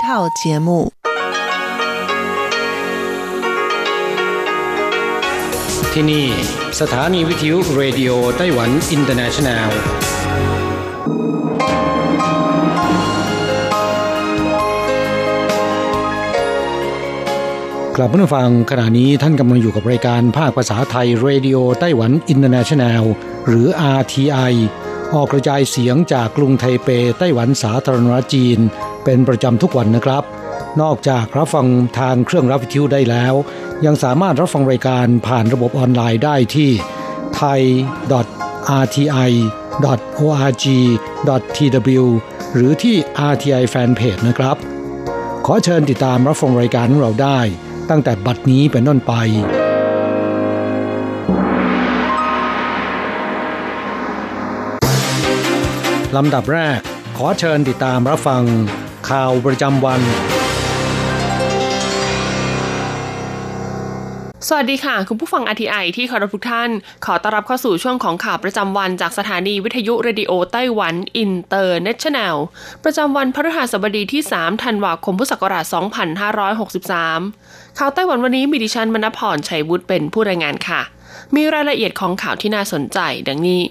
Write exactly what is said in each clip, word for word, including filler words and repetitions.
节目ที่นี่สถานีวิทยุเรดิโอไต้หวันอินเตอร์เนชั่นแนลกลับมาฟังขณะนี้ท่านกำลังอยู่กับรายการภาคภาษาไทยเรดิโอไต้หวันอินเตอร์เนชั่นแนลหรือ อาร์ ที ไอ ออกกระจายเสียงจากกรุงไทเปไต้หวันสาธารณรัฐจีนเป็นประจำทุกวันนะครับนอกจากรับฟังทางเครื่องรับวิทยุได้แล้วยังสามารถรับฟังรายการผ่านระบบออนไลน์ได้ที่ ไทย ดอท อาร์ ที ไอ ดอท โอ อาร์ จี ดอท ที ดับเบิลยู หรือที่ อาร์ ที ไอ Fanpage นะครับขอเชิญติดตามรับฟังรายการของเราได้ตั้งแต่บัดนี้เป็นต้นไปลำดับแรกขอเชิญติดตามรับฟังข่าวประจำวันสวัสดีค่ะคุณผู้ฟัง อาร์ ที ไอ ที่เคารพทุกท่านขอต้อนรับเข้าสู่ช่วงของข่าวประจำวันจากสถานีวิทยุเรดิโอไต้หวันอินเตอร์เนชั่นแนลประจำวันพฤหัสบดีที่สามธันวาคมพุทธศักราชสองพันห้าร้อยหกสิบสามข่าวไต้หวันวันนี้มีดิฉันมณพรชัยวุฒิเป็นผู้รายงานค่ะมีรายละเอียดของข่าวที่น่าสนใจดังนี้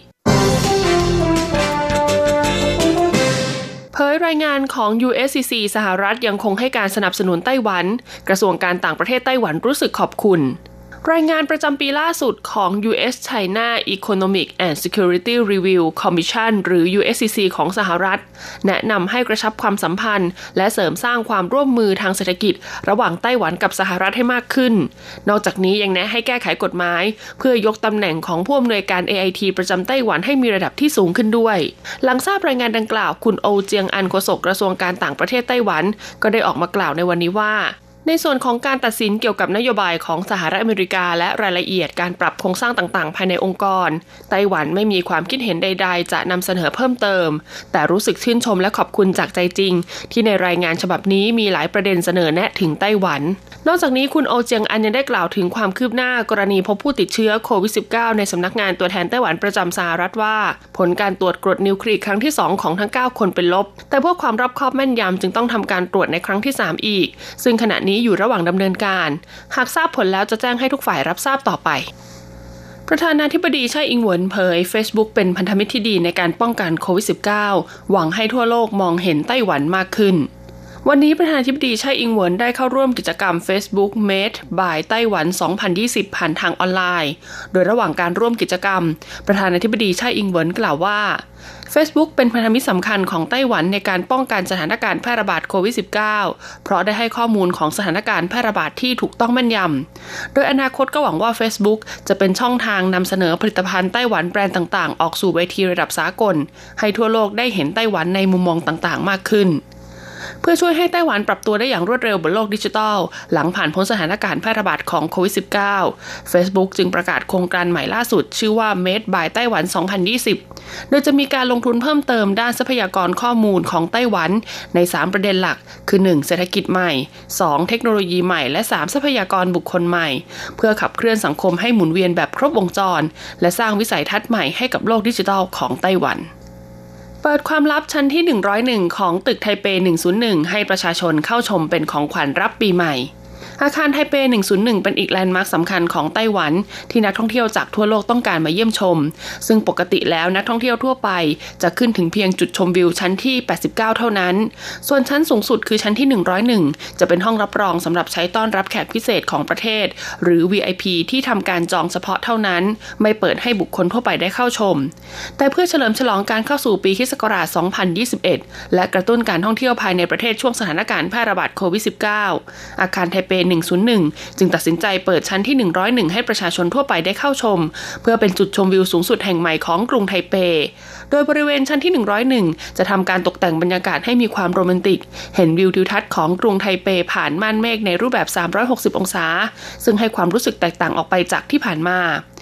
เผยรายงานของ ยู เอส ซี ซี สหรัฐยังคงให้การสนับสนุนไต้หวันกระทรวงการต่างประเทศไต้หวันรู้สึกขอบคุณรายงานประจำปีล่าสุดของ ยู เอส China Economic and Security Review Commission หรือ ยู เอส ซี ซี ของสหรัฐแนะนำให้กระชับความสัมพันธ์และเสริมสร้างความร่วมมือทางเศรษฐกิจระหว่างไต้หวันกับสหรัฐให้มากขึ้นนอกจากนี้ยังแนะให้แก้ไขกฎหมายเพื่อยกตำแหน่งของผู้อำนวยการ เอ ไอ ที ประจำไต้หวันให้มีระดับที่สูงขึ้นด้วยหลังทราบรายงานดังกล่าวคุณโอเจียงอันโฆษกกระทรวงการต่างประเทศไต้หวันก็ได้ออกมากล่าวในวันนี้ว่าในส่วนของการตัดสินเกี่ยวกับนโยบายของสหรัฐอเมริกาและรายละเอียดการปรับโครงสร้างต่างๆภายในองค์กรไต้หวันไม่มีความคิดเห็นใดๆจะนำเสนอเพิ่มเติมแต่รู้สึกชื่นชมและขอบคุณจากใจจริงที่ในรายงานฉบับนี้มีหลายประเด็นเสนอแนะถึงไต้หวันนอกจากนี้คุณโอเจียงอันยังได้กล่าวถึงความคืบหน้ากรณีพบผู้ติดเชื้อโควิด สิบเก้า ในสำนักงานตัวแทนไต้หวันประจำสหรัฐว่าผลการตรวจกรดนิวคลีกครั้งที่สองของทั้งเก้าคนเป็นลบแต่เพื่อความรอบคอบแม่นยำจึงต้องทำการตรวจในครั้งที่สามอีกซึ่งขณะนี้อยู่ระหว่างดำเนินการหากทราบผลแล้วจะแจ้งให้ทุกฝ่ายรับทราบต่อไปประธานาธิบดีไช่อิงเหวินเผย Facebook เป็นพันธมิตรที่ดีในการป้องกันโควิด สิบเก้า หวังให้ทั่วโลกมองเห็นไต้หวันมากขึ้นวันนี้ประธานาธิบดีไช่อิงเหวินได้เข้าร่วมกิจกรรม Facebook Made by ไต้หวัน สองพันยี่สิบ ผ่านทางออนไลน์โดยระหว่างการร่วมกิจกรรมประธานาธิบดีไช่อิงเหวินกล่าวว่า Facebook เป็นพันธมิตรสำคัญของไต้หวันในการป้องกันสถานการณ์แพร่ระบาดโควิด สิบเก้า เพราะได้ให้ข้อมูลของสถานการณ์แพร่ระบาดที่ถูกต้องแม่นยำโดยอนาคตก็หวังว่า Facebook จะเป็นช่องทางนำเสนอผลิตภัณฑ์ไต้หวันแบรนด์ต่างๆออกสู่เวทีระดับสากลให้ทั่วโลกได้เห็นไต้หวันในมุมมองต่างๆมากขึ้นเพื่อช่วยให้ไต้หวันปรับตัวได้อย่างรวดเร็วบนโลกดิจิทัลหลังผ่านพ้นสถานการณ์แพร่ระบาดของโควิด สิบเก้า Facebook จึงประกาศโครงการใหม่ล่าสุดชื่อว่า Made by ไต้หวัน สองพันยี่สิบ โดยจะมีการลงทุนเพิ่มเติมด้านทรัพยากรข้อมูลของไต้หวันในสามประเด็นหลักคือ หนึ่ง เศรษฐกิจใหม่ สอง เทคโนโลยีใหม่และ สาม ทรัพยากรบุคคลใหม่เพื่อขับเคลื่อนสังคมให้หมุนเวียนแบบครบวงจรและสร้างวิสัยทัศน์ใหม่ให้กับโลกดิจิทัลของไต้หวันเปิดความลับชั้นที่หนึ่งร้อยเอ็ดของตึกไทเปหนึ่งศูนย์หนึ่งให้ประชาชนเข้าชมเป็นของขวัญรับปีใหม่อาคารไทเปหนึ่งศูนย์หนึ่งเป็นอีกแลนด์มาร์คสำคัญของไต้หวันที่นักท่องเที่ยวจากทั่วโลกต้องการมาเยี่ยมชมซึ่งปกติแล้วนักท่องเที่ยวทั่วไปจะขึ้นถึงเพียงจุดชมวิวชั้นที่แปดสิบเก้าเท่านั้นส่วนชั้นสูงสุดคือชั้นที่หนึ่งร้อยเอ็ดจะเป็นห้องรับรองสำหรับใช้ต้อนรับแขกพิเศษของประเทศหรือ วี ไอ พี ที่ทำการจองเฉพาะเท่านั้นไม่เปิดให้บุคคลทั่วไปได้เข้าชมแต่เพื่อเฉลิมฉลองการเข้าสู่ปีคริสต์ศักราชสองพันยี่สิบเอ็ดและกระตุ้นการท่องเที่ยวภายในประเทศช่วงสถานการณ์แพร่ระบาดโควิด สิบเก้า อาคารไทเปหนึ่งศูนย์หนึ่งจึงตัดสินใจเปิดชั้นที่หนึ่งร้อยเอ็ดให้ประชาชนทั่วไปได้เข้าชมเพื่อเป็นจุดชมวิวสูงสุดแห่งใหม่ของกรุงไทเปโดยบริเวณชั้นที่หนึ่งร้อยเอ็ดจะทำการตกแต่งบรรยากาศให้มีความโรแมนติกเห็นวิวทิวทัศน์ของกรุงไทเปผ่านม่านเมฆในรูปแบบสามร้อยหกสิบองศาซึ่งให้ความรู้สึกแตกต่างออกไปจากที่ผ่านมา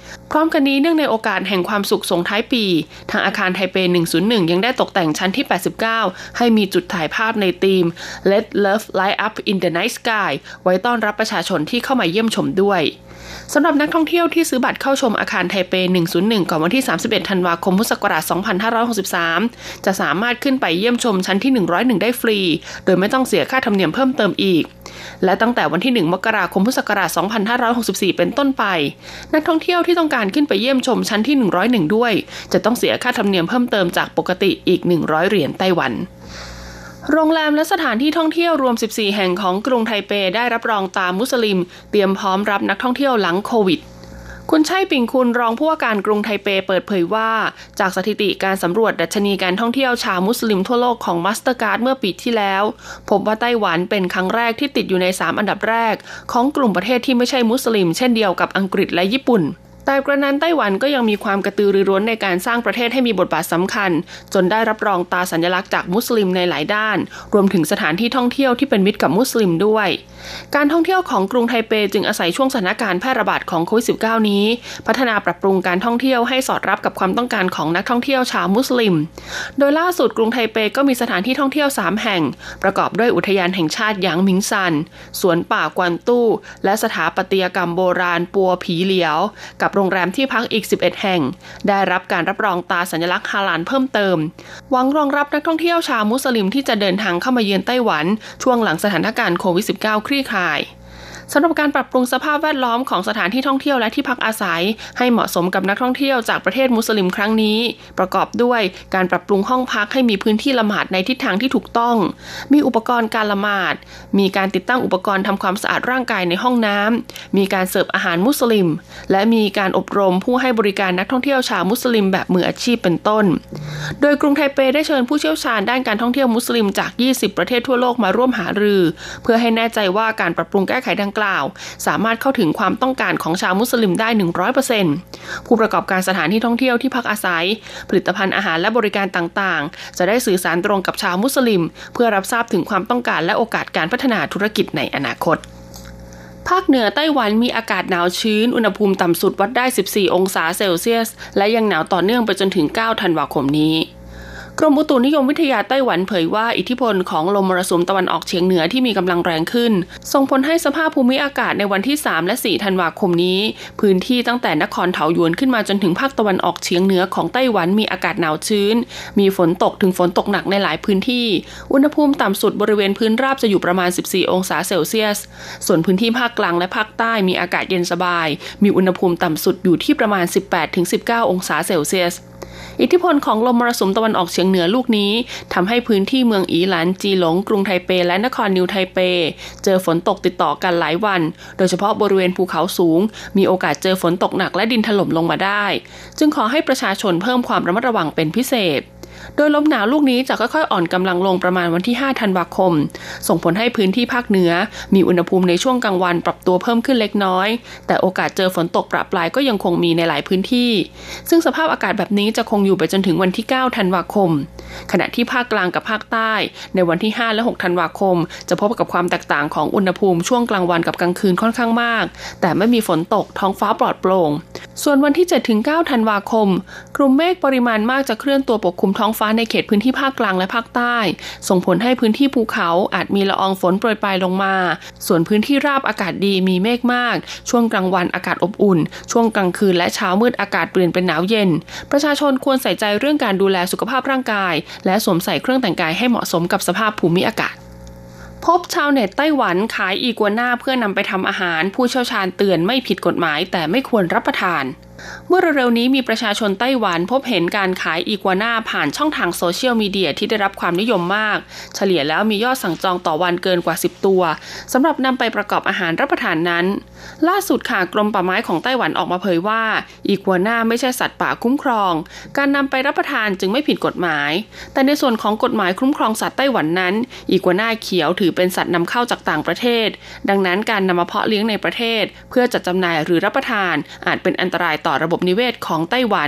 พร้อมกันนี้เนื่องในโอกาสแห่งความสุขส่งท้ายปีทางอาคารไทเปหนึ่งศูนย์หนึ่งยังได้ตกแต่งชั้นที่แปดสิบเก้าให้มีจุดถ่ายภาพในธีม Let Love Light Up in the Night Sky ไว้ต้อนรับประชาชนที่เข้ามาเยี่ยมชมด้วยสำหรับนักท่องเที่ยวที่ซื้อบัตรเข้าชมอาคารไทเปหนึ่งศูนย์หนึ่งก่อนวันที่สามสิบเอ็ดธันวาคมพุทธศักราชสองพันห้าร้อยหกสิบสามจะสามารถขึ้นไปเยี่ยมชมชั้นที่หนึ่งร้อยเอ็ดได้ฟรีโดยไม่ต้องเสียค่าธรรมเนียมเพิ่มเติมอีกและตั้งแต่วันที่หนึ่งมกราคมพุทธศักราชสองพันห้าร้อยหกสิบสี่เป็นต้นไปนักท่องเที่ยวที่ต้องการขึ้นไปเยี่ยมชมชั้นที่หนึ่งร้อยเอ็ดด้วยจะต้องเสียค่าธรรมเนียมเพิ่มเติมจากปกติอีกหนึ่งร้อยเหรียญไต้หวันโรงแรมและสถานที่ท่องเที่ยวรวมสิบสี่แห่งของกรุงไทเปได้รับรองตามมุสลิมเตรียมพร้อมรับนักท่องเที่ยวหลังโควิดคุณชัยปิ่งคุณรองผู้ว่าการกรุงไทเปเปิดเผยว่าจากสถิติการสำรวจดัชนีการท่องเที่ยวชาวมุสลิมทั่วโลกของ Mastercard เมื่อปีที่แล้วพบว่าไต้หวันเป็นครั้งแรกที่ติดอยู่ในสามอันดับแรกของกลุ่มประเทศที่ไม่ใช่มุสลิมเช่นเดียวกับอังกฤษและญี่ปุ่นแต่กระนั้นไต้หวันก็ยังมีความกระตือรือร้นในการสร้างประเทศให้มีบทบาทสำคัญจนได้รับรองตราสัญลักษณ์จากมุสลิมในหลายด้านรวมถึงสถานที่ท่องเที่ยวที่เป็นมิตรกับมุสลิมด้วยการท่องเที่ยวของกรุงไทเปจึงอาศัยช่วงสถานการณ์แพร่ระบาดของโควิด สิบเก้า นี้พัฒนาปรับปรุงการท่องเที่ยวให้สอดรับกับความต้องการของนักท่องเที่ยวชาวมุสลิมโดยล่าสุดกรุงไทเปก็มีสถานที่ท่องเที่ยวสามแห่งประกอบด้วยอุทยานแห่งชาติหยางหมิงซันสวนป่ากวานตู้และสถาปัตยกรรมโบราณปัวผีเหลียวกับโรงแรมที่พักอีกสิบเอ็ดแห่งได้รับการรับรองตราสัญลักษณ์ฮาลาลเพิ่มเติมหวังรองรับนักท่องเที่ยวชาวมุสลิมที่จะเดินทางเข้ามาเยือนไต้หวันช่วงหลังสถานการณ์โควิด สิบเก้า คลี่คลายสำหรับการปรับปรุงสภาพแวดล้อมของสถานที่ท่องเที่ยวและที่พักอาศัยให้เหมาะสมกับนักท่องเที่ยวจากประเทศมุสลิมครั้งนี้ประกอบด้วยการปรับปรุงห้องพักให้มีพื้นที่ละหมาดในทิศทางที่ถูกต้องมีอุปกรณ์การละหมาดมีการติดตั้งอุปกรณ์ทำความสะอาดร่างกายในห้องน้ำมีการเสิร์ฟอาหารมุสลิมและมีการอบรมผู้ให้บริการนักท่องเที่ยวชาวมุสลิมแบบมืออาชีพเป็นต้นโดยกรุงไทเปได้เชิญผู้เชี่ยวชาญด้านการท่องเที่ยวมุสลิมจากยี่สิบประเทศทั่วโลกมาร่วมหารือเพื่อให้แน่ใจว่าการปรับปรุงแก้ไขดังกล่าวสามารถเข้าถึงความต้องการของชาวมุสลิมได้ หนึ่งร้อยเปอร์เซ็นต์ ผู้ประกอบการสถานที่ท่องเที่ยวที่พักอาศัยผลิตภัณฑ์อาหารและบริการต่างๆจะได้สื่อสารตรงกับชาวมุสลิมเพื่อรับทราบถึงความต้องการและโอกาสการพัฒนาธุรกิจในอนาคตภาคเหนือไต้หวันมีอากาศหนาวชื้นอุณหภูมิต่ำสุดวัดได้สิบสี่องศาเซลเซียสและยังหนาวต่อเนื่องไปจนถึงเก้าธันวาคมนี้กรมอุตุนิยมวิทยาไต้หวันเผยว่าอิทธิพลของลมมรสุมตะวันออกเฉียงเหนือที่มีกำลังแรงขึ้นส่งผลให้สภาพภูมิอากาศในวันที่สามและสี่ธันวาคมนี้พื้นที่ตั้งแต่นครเถาหยวนขึ้นมาจนถึงภาคตะวันออกเฉียงเหนือของไต้หวันมีอากาศหนาวชื้นมีฝนตกถึงฝนตกหนักในหลายพื้นที่อุณหภูมิต่ำสุดบริเวณพื้นราบจะอยู่ประมาณสิบสี่องศาเซลเซียสส่วนพื้นที่ภาคกลางและภาคใต้มีอากาศเย็นสบายมีอุณหภูมิต่ำสุดอยู่ที่ประมาณ สิบแปดถึงสิบเก้า องศาเซลเซียสอิทธิพลของลมมรสุมตะวันออกเฉียงเหนือลูกนี้ทำให้พื้นที่เมืองอีหลันจีหลงกรุงไทเปและนครนิวไทเปเจอฝนตกติดต่อกันหลายวันโดยเฉพาะบริเวณภูเขาสูงมีโอกาสเจอฝนตกหนักและดินถล่มลงมาได้จึงขอให้ประชาชนเพิ่มความระมัดระวังเป็นพิเศษโดยลมหนาวลูกนี้จะค่อยๆอ่อนกำลังลงประมาณวันที่ห้าธันวาคมส่งผลให้พื้นที่ภาคเหนือมีอุณหภูมิในช่วงกลางวันปรับตัวเพิ่มขึ้นเล็กน้อยแต่โอกาสเจอฝนตกประปรายก็ยังคงมีในหลายพื้นที่ซึ่งสภาพอากาศแบบนี้จะคงอยู่ไปจนถึงวันที่เก้าธันวาคมขณะที่ภาคกลางกับภาคใต้ในวันที่ห้าและหกธันวาคมจะพบกับความแตกต่างของอุณหภูมิช่วงกลางวันกับกลางคืนค่อนข้างมากแต่ไม่มีฝนตกท้องฟ้าปลอดโปร่งส่วนวันที่เจ็ดถึงเก้าธันวาคมกลุ่มเมฆปริมาณมากจะเคลื่อนตัวปกคลุมท้องฟ้าในเขตพื้นที่ภาคกลางและภาคใต้ส่งผลให้พื้นที่ภูเขาอาจมีละอองฝนโปรยปลายลงมาส่วนพื้นที่ราบอากาศดีมีเมฆมากช่วงกลางวันอากาศอบอุ่นช่วงกลางคืนและเช้ามืดอากาศเปลี่ยนเป็นหนาวเย็นประชาชนควรใส่ใจเรื่องการดูแลสุขภาพร่างกายและสวมใส่เครื่องแต่งกายให้เหมาะสมกับสภาพภูมิอากาศพบชาวเน็ตไต้หวันขายอีกัวน่าเพื่อนำไปทำอาหารผู้เชี่ยวชาญเตือนไม่ผิดกฎหมายแต่ไม่ควรรับประทานเมื่อเร็วๆนี้มีประชาชนไต้หวันพบเห็นการขายอีกัวน่าผ่านช่องทางโซเชียลมีเดียที่ได้รับความนิยมมากเฉลี่ยแล้วมียอดสั่งจองต่อวันเกินกว่าสิบตัวสำหรับนำไปประกอบอาหารรับประทานนั้นล่าสุดค่ะกรมป่าไม้ของไต้หวันออกมาเผยว่าอีกัวน่าไม่ใช่สัตว์ป่าคุ้มครองการนำไปรับประทานจึงไม่ผิดกฎหมายแต่ในส่วนของกฎหมายคุ้มครองสัตว์ไต้หวันนั้นอีกัวน่าเขียวถือเป็นสัตว์นำเข้าจากต่างประเทศดังนั้นการนำมาเพาะเลี้ยงในประเทศเพื่อจัดจำหน่ายหรือรับประทานอาจเป็นอันตรายต่อระบบนิเวศของไต้หวัน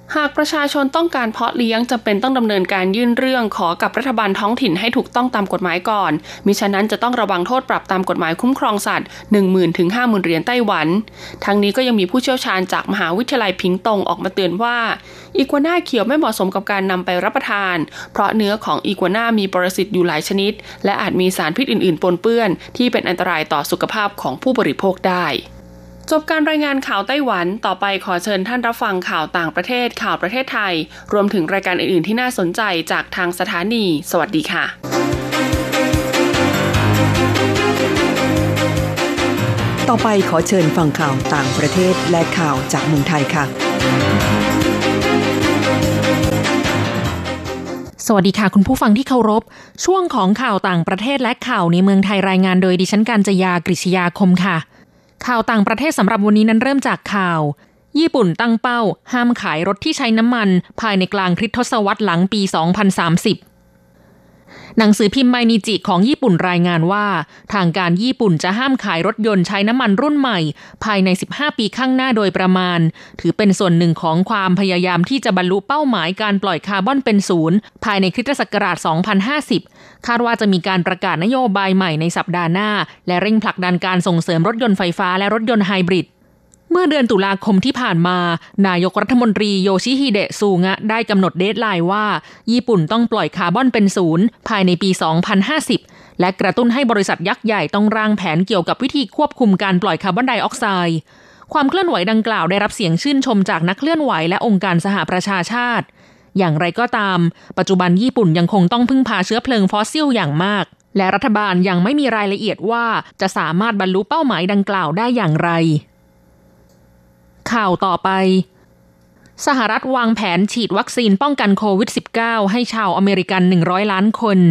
หากประชาชนต้องการเพาะเลี้ยงจำเป็นต้องดำเนินการยื่นเรื่องขอกับรัฐบาลท้องถิ่นให้ถูกต้องตามกฎหมายก่อนมิฉะนั้นจะต้องระวังโทษปรับตามกฎหมายคุ้มครองสัตว์ หนึ่งหมื่น ถึง ห้าหมื่น เหรียญไต้หวันทั้งนี้ก็ยังมีผู้เชี่ยวชาญจากมหาวิทยาลัยพิงตงออกมาเตือนว่าอีกัวน่าเขียวไม่เหมาะสมกับการนำไปรับประทานเพราะเนื้อของอีกัวน่ามีปรสิตอยู่หลายชนิดและอาจมีสารพิษอื่นๆปนเปื้อนที่เป็นอันตรายต่อสุขภาพของผู้บริโภคได้จบการรายงานข่าวไต้หวันต่อไปขอเชิญท่านรับฟังข่าวต่างประเทศข่าวประเทศไทยรวมถึงรายการอื่นๆที่น่าสนใจจากทางสถานีสวัสดีค่ะต่อไปขอเชิญฟังข่าวต่างประเทศและข่าวจากเมืองไทยค่ะสวัสดีค่ะคุณผู้ฟังที่เคารพช่วงของข่าวต่างประเทศและข่าวในเมืองไทยรายงานโดยดิฉันกัญจยากฤษยาคมค่ะข่าวต่างประเทศสำหรับวันนี้นั้นเริ่มจากข่าวญี่ปุ่นตั้งเป้าห้ามขายรถที่ใช้น้ำมันภายในกลางคริสตศตวรรษหลังปีสองพันสามสิบหนังสือพิมพ์ไมนิจิของญี่ปุ่นรายงานว่าทางการญี่ปุ่นจะห้ามขายรถยนต์ใช้น้ำมันรุ่นใหม่ภายในสิบห้าปีข้างหน้าโดยประมาณถือเป็นส่วนหนึ่งของความพยายามที่จะบรรลุเป้าหมายการปล่อยคาร์บอนเป็นศูนย์ภายในคริสตศักราชสองพันห้าสิบคาดว่าจะมีการประกาศนโยบายใหม่ในสัปดาห์หน้าและเร่งผลักดันการส่งเสริมรถยนต์ไฟฟ้าและรถยนต์ไฮบริดเมื่อเดือนตุลาคมที่ผ่านมานายกรัฐมนตรีโยชิฮิเดะซูงะได้กำหนดเดดไลน์ว่าญี่ปุ่นต้องปล่อยคาร์บอนเป็นศูนย์ภายในปีสองพันห้าสิบและกระตุ้นให้บริษัทยักษ์ใหญ่ต้องร่างแผนเกี่ยวกับวิธีควบคุมการปล่อยคาร์บอนไดออกไซด์ความเคลื่อนไหวดังกล่าวได้รับเสียงชื่นชมจากนักเคลื่อนไหวและองค์การสหประชาชาติอย่างไรก็ตามปัจจุบันญี่ปุ่นยังคงต้องพึ่งพาเชื้อเพลิงฟอสซิลอย่างมากและรัฐบาลยังไม่มีรายละเอียดว่าจะสามารถบรรลุเป้าหมายดังกล่าวได้อย่างไรข่าวต่อไปสหรัฐวางแผนฉีดวัคซีนป้องกันโควิด สิบเก้า ให้ชาวอเมริกันหนึ่งร้อยล้านคน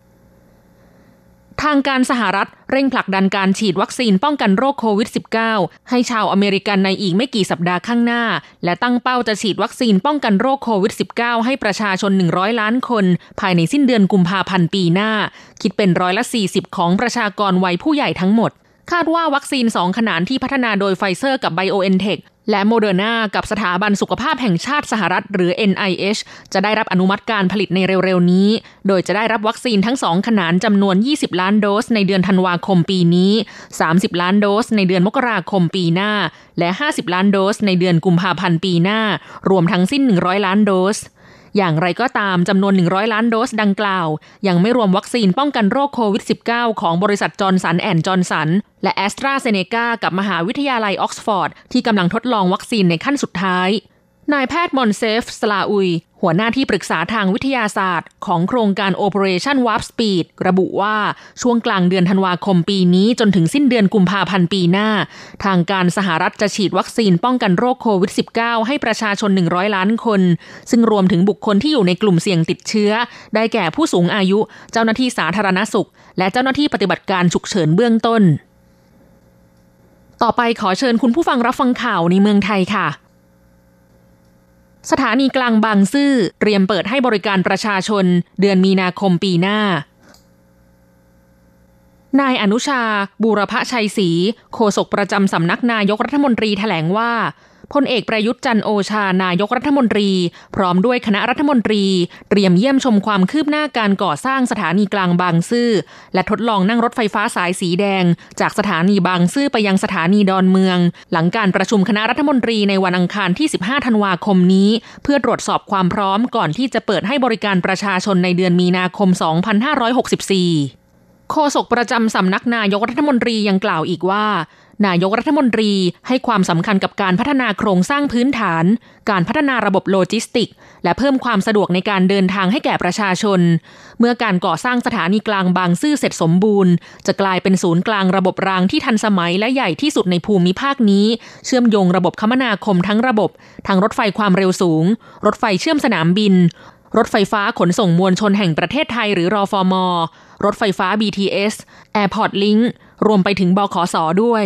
ทางการสหรัฐเร่งผลักดันการฉีดวัคซีนป้องกันโรคโควิด สิบเก้า ให้ชาวอเมริกันในอีกไม่กี่สัปดาห์ข้างหน้าและตั้งเป้าจะฉีดวัคซีนป้องกันโรคโควิด สิบเก้า ให้ประชาชนหนึ่งร้อยล้านคนภายในสิ้นเดือนกุมภาพันธ์ปีหน้าคิดเป็นร้อยละสี่สิบของประชากรวัยผู้ใหญ่ทั้งหมดคาดว่าวัคซีนสองขนานที่พัฒนาโดยไฟเซอร์กับ BioNTech และโมเดอร์นากับสถาบันสุขภาพแห่งชาติสหรัฐหรือ เอ็น ไอ เอช จะได้รับอนุมัติการผลิตในเร็วๆนี้โดยจะได้รับวัคซีนทั้งสองขนานจำนวนยี่สิบล้านโดสในเดือนธันวาคมปีนี้สามสิบล้านโดสในเดือนมกราคมปีหน้าและห้าสิบล้านโดสในเดือนกุมภาพันธ์ปีหน้ารวมทั้งสิ้นหนึ่งร้อยล้านโดสอย่างไรก็ตามจำนวนหนึ่งร้อยล้านโดสดังกล่าวยังไม่รวมวัคซีนป้องกันโรคโควิด สิบเก้า ของบริษัทจอห์นสันแอนด์ จอห์นสันและแอสตราเซเนกากับมหาวิทยาลัยออกซฟอร์ดที่กำลังทดลองวัคซีนในขั้นสุดท้ายนายแพทย์มอนเซฟ สลาอุยหัวหน้าที่ปรึกษาทางวิทยาศาสตร์ของโครงการ Operation Warp Speed ระบุว่าช่วงกลางเดือนธันวาคมปีนี้จนถึงสิ้นเดือนกุมภาพันธ์ปีหน้าทางการสหรัฐจะฉีดวัคซีนป้องกันโรคโควิด สิบเก้า ให้ประชาชนหนึ่งร้อยล้านคนซึ่งรวมถึงบุคคลที่อยู่ในกลุ่มเสี่ยงติดเชื้อได้แก่ผู้สูงอายุเจ้าหน้าที่สาธารณสุขและเจ้าหน้าที่ปฏิบัติการฉุกเฉินเบื้องต้นต่อไปขอเชิญคุณผู้ฟังรับฟังข่าวในเมืองไทยค่ะสถานีกลางบางซื่อเตรียมเปิดให้บริการประชาชนเดือนมีนาคมปีหน้านายอนุชาบูรพชัยศรีโฆษกประจำสำนักนายกรัฐมนตรีแถลงว่าพลเอกประยุทธ์จันทร์โอชานายกรัฐมนตรีพร้อมด้วยคณะรัฐมนตรีเตรียมเยี่ยมชมความคืบหน้าการก่อสร้างสถานีกลางบางซื่อและทดลองนั่งรถไฟฟ้าสายสีแดงจากสถานีบางซื่อไปยังสถานีดอนเมืองหลังการประชุมคณะรัฐมนตรีในวันอังคารที่สิบห้าธันวาคมนี้เพื่อตรวจสอบความพร้อมก่อนที่จะเปิดให้บริการประชาชนในเดือนมีนาคมสองพันห้าร้อยหกสิบสี่โฆษกประจำสำนักนายกรัฐมนตรียังกล่าวอีกว่านายกรัฐมนตรีให้ความสำคัญกับการพัฒนาโครงสร้างพื้นฐานการพัฒนาระบบโลจิสติกและเพิ่มความสะดวกในการเดินทางให้แก่ประชาชนเมื่อการก่อสร้างสถานีกลางบางซื่อเสร็จสมบูรณ์จะกลายเป็นศูนย์กลางระบบรางที่ทันสมัยและใหญ่ที่สุดในภูมิภาคนี้เชื่อมโยงระบบคมนาคมทั้งระบบทั้งรถไฟความเร็วสูงรถไฟเชื่อมสนามบินรถไฟฟ้าขนส่งมวลชนแห่งประเทศไทยหรือรฟม.รถไฟฟ้า บี ที เอส Airport Link รวมไปถึงบขส.ด้วย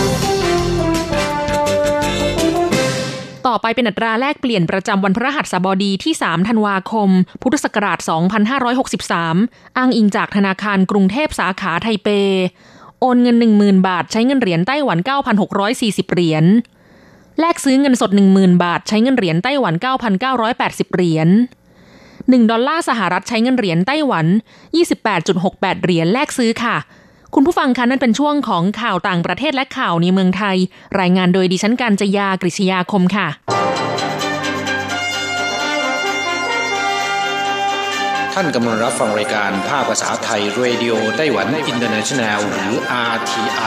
ต่อไปเป็นอัตราแลกเปลี่ยนประจำวันพฤหัสบดีที่สามธันวาคมพุทธศักราชสองพันห้าร้อยหกสิบสามอ้างอิงจากธนาคารกรุงเทพสาขาไทเปโอนเงิน หนึ่งหมื่น บาทใช้เงินเหรียญไต้หวัน เก้าพันหกร้อยสี่สิบ เหรียญแลกซื้อเงินสด หนึ่งหมื่น บาทใช้เงินเหรียญไต้หวัน เก้าพันเก้าร้อยแปดสิบ เหรียญหนึ่งดอลลาร์สหรัฐใช้เงินเหรียญไต้หวัน ยี่สิบแปดจุดหกแปด เหรียญแลกซื้อค่ะคุณผู้ฟังคะนั่นเป็นช่วงของข่าวต่างประเทศและข่าวในเมืองไทยรายงานโดยดิฉันกัญจยากฤษยาคมค่ะท่านกำลังรับฟังรายการภาคภาษาไทยเรดิโอไต้หวันอินเตอร์เนชั่นแนลหรือ อาร์ ที ไอ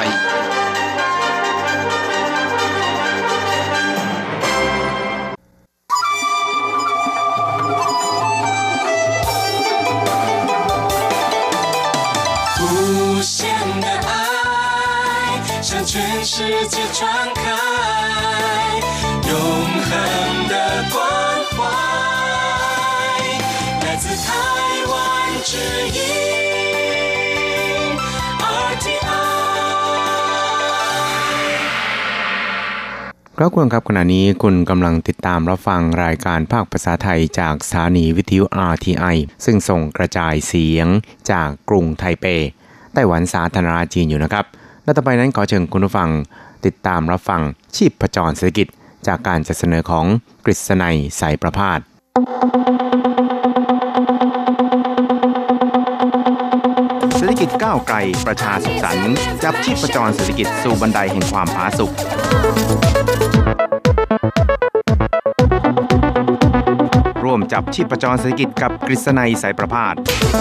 全世界传开永恒的关怀来自台湾之音 อาร์ ที ไอครับคุณครับขณะนี้คุณกำลังติดตามรับฟังรายการภาคภาษาไทยจากสถานีวิทยุ อาร์ ที ไอ ซึ่งส่งกระจายเสียงจากกรุงไทเปไต้หวันสาธารณรัฐจีนอยู่นะครับและต่อไปนั้นขอเชิญคุณผู้ฟังติดตามรับฟังชีพจรเศรษฐกิจจากการจัดเสนอของกฤษณัยสายประภาสเศรษฐกิจก้าวไกลประชาสุขสันต์จับชีพจรเศรษฐกิจสู่บันไดแห่งความผาสุกร่วมจับชีพจรเศรษฐกิจกับกฤษณัยสายประภาส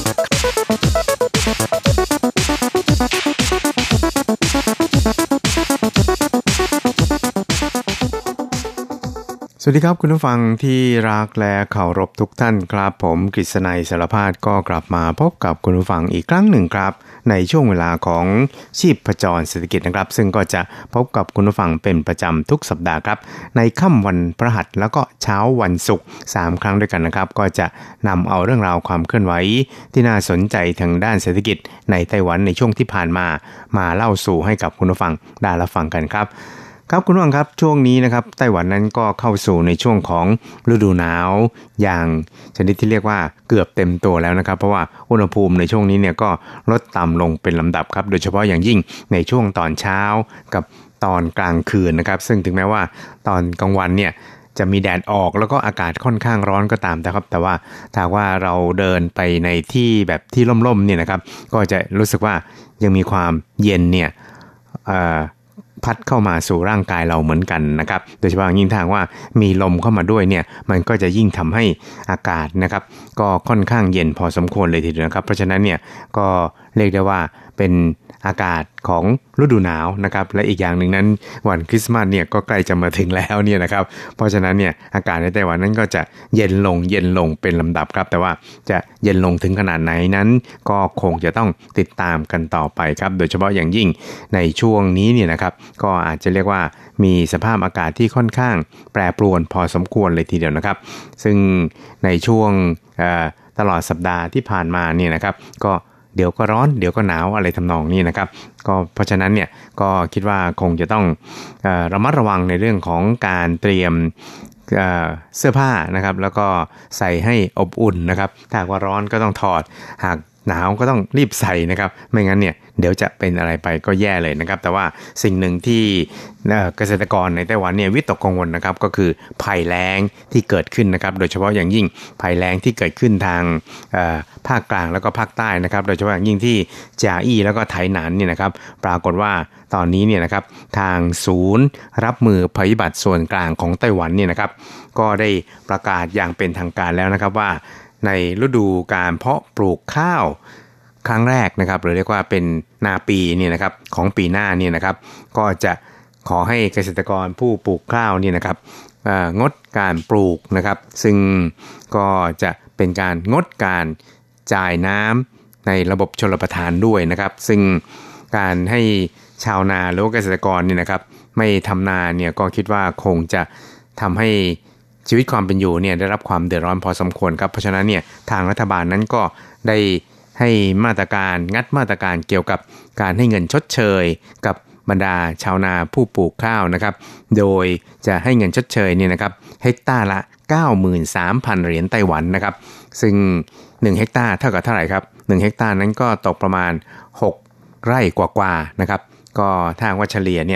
สวัสดีครับคุณผู้ฟังที่รักและเคารพทุกท่านครับผมกฤษณัยสารพาดก็กลับมาพบกับคุณผู้ฟังอีกครั้งหนึ่งครับในช่วงเวลาของชีพจรเศรษฐกิจนะครับซึ่งก็จะพบกับคุณผู้ฟังเป็นประจำทุกสัปดาห์ครับในค่ำวันพฤหัสแล้วก็เช้าวันศุกร์สามครั้งด้วยกันนะครับก็จะนำเอาเรื่องราวความเคลื่อนไหวที่น่าสนใจทางด้านเศรษฐกิจในไต้หวันในช่วงที่ผ่านมามาเล่าสู่ให้กับคุณผู้ฟังได้รับฟังกันครับครับคุณผู้ฟังครับช่วงนี้นะครับไต้หวันนั้นก็เข้าสู่ในช่วงของฤดูหนาวอย่างชนิดที่เรียกว่าเกือบเต็มตัวแล้วนะครับเพราะว่าอุณหภูมิในช่วงนี้เนี่ยก็ลดต่ำลงเป็นลำดับครับโดยเฉพาะอย่างยิ่งในช่วงตอนเช้ากับตอนกลางคืนนะครับซึ่งถึงแม้ว่าตอนกลางวันเนี่ยจะมีแดดออกแล้วก็อากาศค่อนข้างร้อนก็ตามนะครับแต่ว่าถ้าว่าเราเดินไปในที่แบบที่ร่มๆเนี่ยนะครับก็จะรู้สึกว่ายังมีความเย็นเนี่ยเอ่อพัดเข้ามาสู่ร่างกายเราเหมือนกันนะครับโดยเฉพาะยิ่งทางว่ามีลมเข้ามาด้วยเนี่ยมันก็จะยิ่งทำให้อากาศนะครับก็ค่อนข้างเย็นพอสมควรเลยทีเดียวนะครับเพราะฉะนั้นเนี่ยก็เรียกได้ว่าเป็นอากาศของฤดูหนาวนะครับและอีกอย่างหนึ่งนั้นวันคริสต์มาสเนี่ยก็ใกล้จะมาถึงแล้วเนี่ยนะครับเพราะฉะนั้นเนี่ยอากาศในไต้หวันนั้นก็จะเย็นลงเย็นลงเป็นลำดับครับแต่ว่าจะเย็นลงถึงขนาดไหนนั้นก็คงจะต้องติดตามกันต่อไปครับโดยเฉพาะอย่างยิ่งในช่วงนี้เนี่ยนะครับก็อาจจะเรียกว่ามีสภาพอากาศที่ค่อนข้างแปรปรวนพอสมควรเลยทีเดียวนะครับซึ่งในช่วงตลอดสัปดาห์ที่ผ่านมาเนี่ยนะครับก็เดี๋ยวก็ร้อนเดี๋ยวก็หนาวอะไรทำนองนี้นะครับก็เพราะฉะนั้นเนี่ยก็คิดว่าคงจะต้องเอ่อระมัดระวังในเรื่องของการเตรียมเอ่อเสื้อผ้านะครับแล้วก็ใส่ให้อบอุ่นนะครับถ้าว่าร้อนก็ต้องถอดหากหนาวก็ต้องรีบใส่นะครับไม่งั้นเนี่ยเดี๋ยวจะเป็นอะไรไปก็แย่เลยนะครับแต่ว่าสิ่งหนึ่งที่เกษตรกรในไต้หวันเนี่ยวิตกกังวลนะครับก็คือภัยแล้งที่เกิดขึ้นนะครับโดยเฉพาะอย่างยิ่งภัยแล้งที่เกิดขึ้นทางภาคกลางแล้วก็ภาคใต้นะครับโดยเฉพาะอย่างยิ่งที่จาอี้แล้วก็ไถหนานเนี่ยนะครับปรากฏว่าตอนนี้เนี่ยนะครับทางศูนย์รับมือภัยพิบัติส่วนกลางของไต้หวันเนี่ยนะครับก็ได้ประกาศอย่างเป็นทางการแล้วนะครับว่าในฤดูการเพาะปลูกข้าวครั้งแรกนะครับหรือเรียกว่าเป็นนาปีเนี่ยนะครับของปีหน้าเนี่ยนะครับก็จะขอให้เกษตรกรผู้ปลูกข้าวเนี่ยนะครับงดการปลูกนะครับซึ่งก็จะเป็นการงดการจ่ายน้ำในระบบชลประทานด้วยนะครับซึ่งการให้ชาวนาหรือเกษตรกรเนี่ยนะครับไม่ทำนาเนี่ยก็คิดว่าคงจะทำให้ชีวิตความเป็นอยู่เนี่ยได้รับความเดือดร้อนพอสมควรครับเพราะฉะนั้นเนี่ยทางรัฐบาลนั้นก็ได้ให้มาตรการงัดมาตรการเกี่ยวกับการให้เงินชดเชยกับบรรดาชาวนาผู้ปลูกข้าวนะครับโดยจะให้เงินชดเชยเนี่ยนะครับเฮกตาร์ละ เก้าหมื่นสามพัน เหรียญไต้หวันนะครับซึ่งหนึ่งเฮกตาร์เท่ากับเท่าไหร่ครับหนึ่งเฮกตาร์นั้นก็ตกประมาณหกไร่กว่าๆนะครับก็ถ้าว่าเฉลี่ยเนี่ย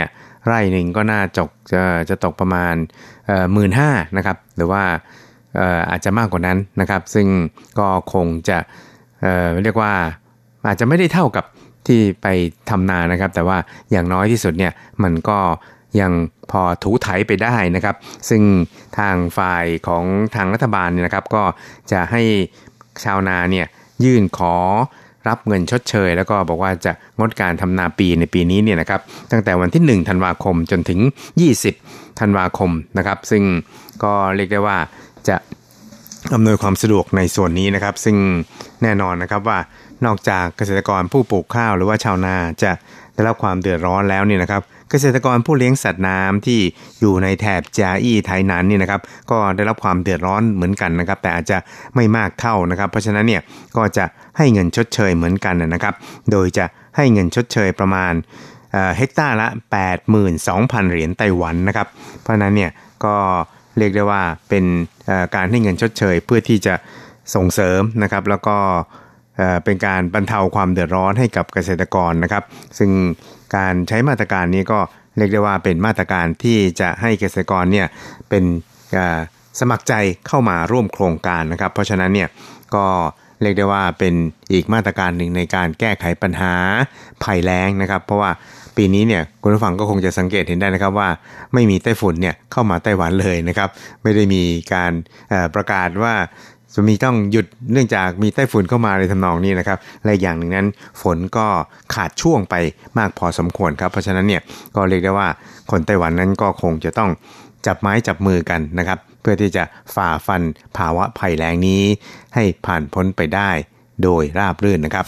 ไร่หนึ่งก็น่าจกจะจะตกประมาณเอ่อ หนึ่งหมื่นห้าพัน นะครับหรือว่าเอ่ออาจจะมากกว่านั้นนะครับซึ่งก็คงจะเอ่อเรียกว่าอาจจะไม่ได้เท่ากับที่ไปทำนานะครับแต่ว่าอย่างน้อยที่สุดเนี่ยมันก็ยังพอถูไถไปได้นะครับซึ่งทางฝ่ายของทางรัฐบาลเนี่ยนะครับก็จะให้ชาวนาเนี่ยยื่นขอรับเงินชดเชยแล้วก็บอกว่าจะงดการทำนาปีในปีนี้เนี่ยนะครับตั้งแต่วันที่หนึ่งธันวาคมจนถึงยี่สิบธันวาคมนะครับซึ่งก็เรียกได้ว่าจะอำนวยความสะดวกในส่วนนี้นะครับซึ่งแน่นอนนะครับว่านอกจากเกษตรกรผู้ปลูกข้าวหรือว่าชาวนาจะได้รับความเดือดร้อนแล้วเนี่ยนะครับเกษตรกรผู้เลี้ยงสัตว์น้ำที่อยู่ในแถบจาอี้ไทยนั้นนี่นะครับก็ได้รับความเดือดร้อนเหมือนกันนะครับแต่อาจจะไม่มากเท่านะครับเพราะฉะนั้นเนี่ยก็จะให้เงินชดเชยเหมือนกันนะครับโดยจะให้เงินชดเชยประมาณเฮกตาร์ละ แปดหมื่นสองพัน เหรียญไต้หวันนะครับเพราะนั้นเนี่ยก็เรียกได้ว่าเป็นการให้เงินชดเชยเพื่อที่จะส่งเสริมนะครับแล้วก็เป็นการบรรเทาความเดือดร้อนให้กับเกษตรกรนะครับซึ่งการใช้มาตรการนี้ก็เรียกได้ว่าเป็นมาตรการที่จะให้เกษตรกรเนี่ยเป็นสมัครใจเข้ามาร่วมโครงการนะครับเพราะฉะนั้นเนี่ยก็เรียกได้ว่าเป็นอีกมาตรการหนึ่งในการแก้ไขปัญหาภัยแล้งนะครับเพราะว่าปีนี้เนี่ยคุณผู้ฟังก็คงจะสังเกตเห็นได้นะครับว่าไม่มีไต้ฝุ่นเนี่ยเข้ามาไต้หวันเลยนะครับไม่ได้มีการประกาศว่าจะมีต้องหยุดเนื่องจากมีไต้ฝุ่นเข้ามาในทำนองนี้นะครับและอย่างหนึ่งนั้นฝนก็ขาดช่วงไปมากพอสมควรครับเพราะฉะนั้นเนี่ยก็เรียกได้ว่าคนไต้หวันนั้นก็คงจะต้องจับไม้จับมือกันนะครับเพื่อที่จะฝ่าฟันภาวะภัยแล้งนี้ให้ผ่านพ้นไปได้โดยราบรื่นนะครับ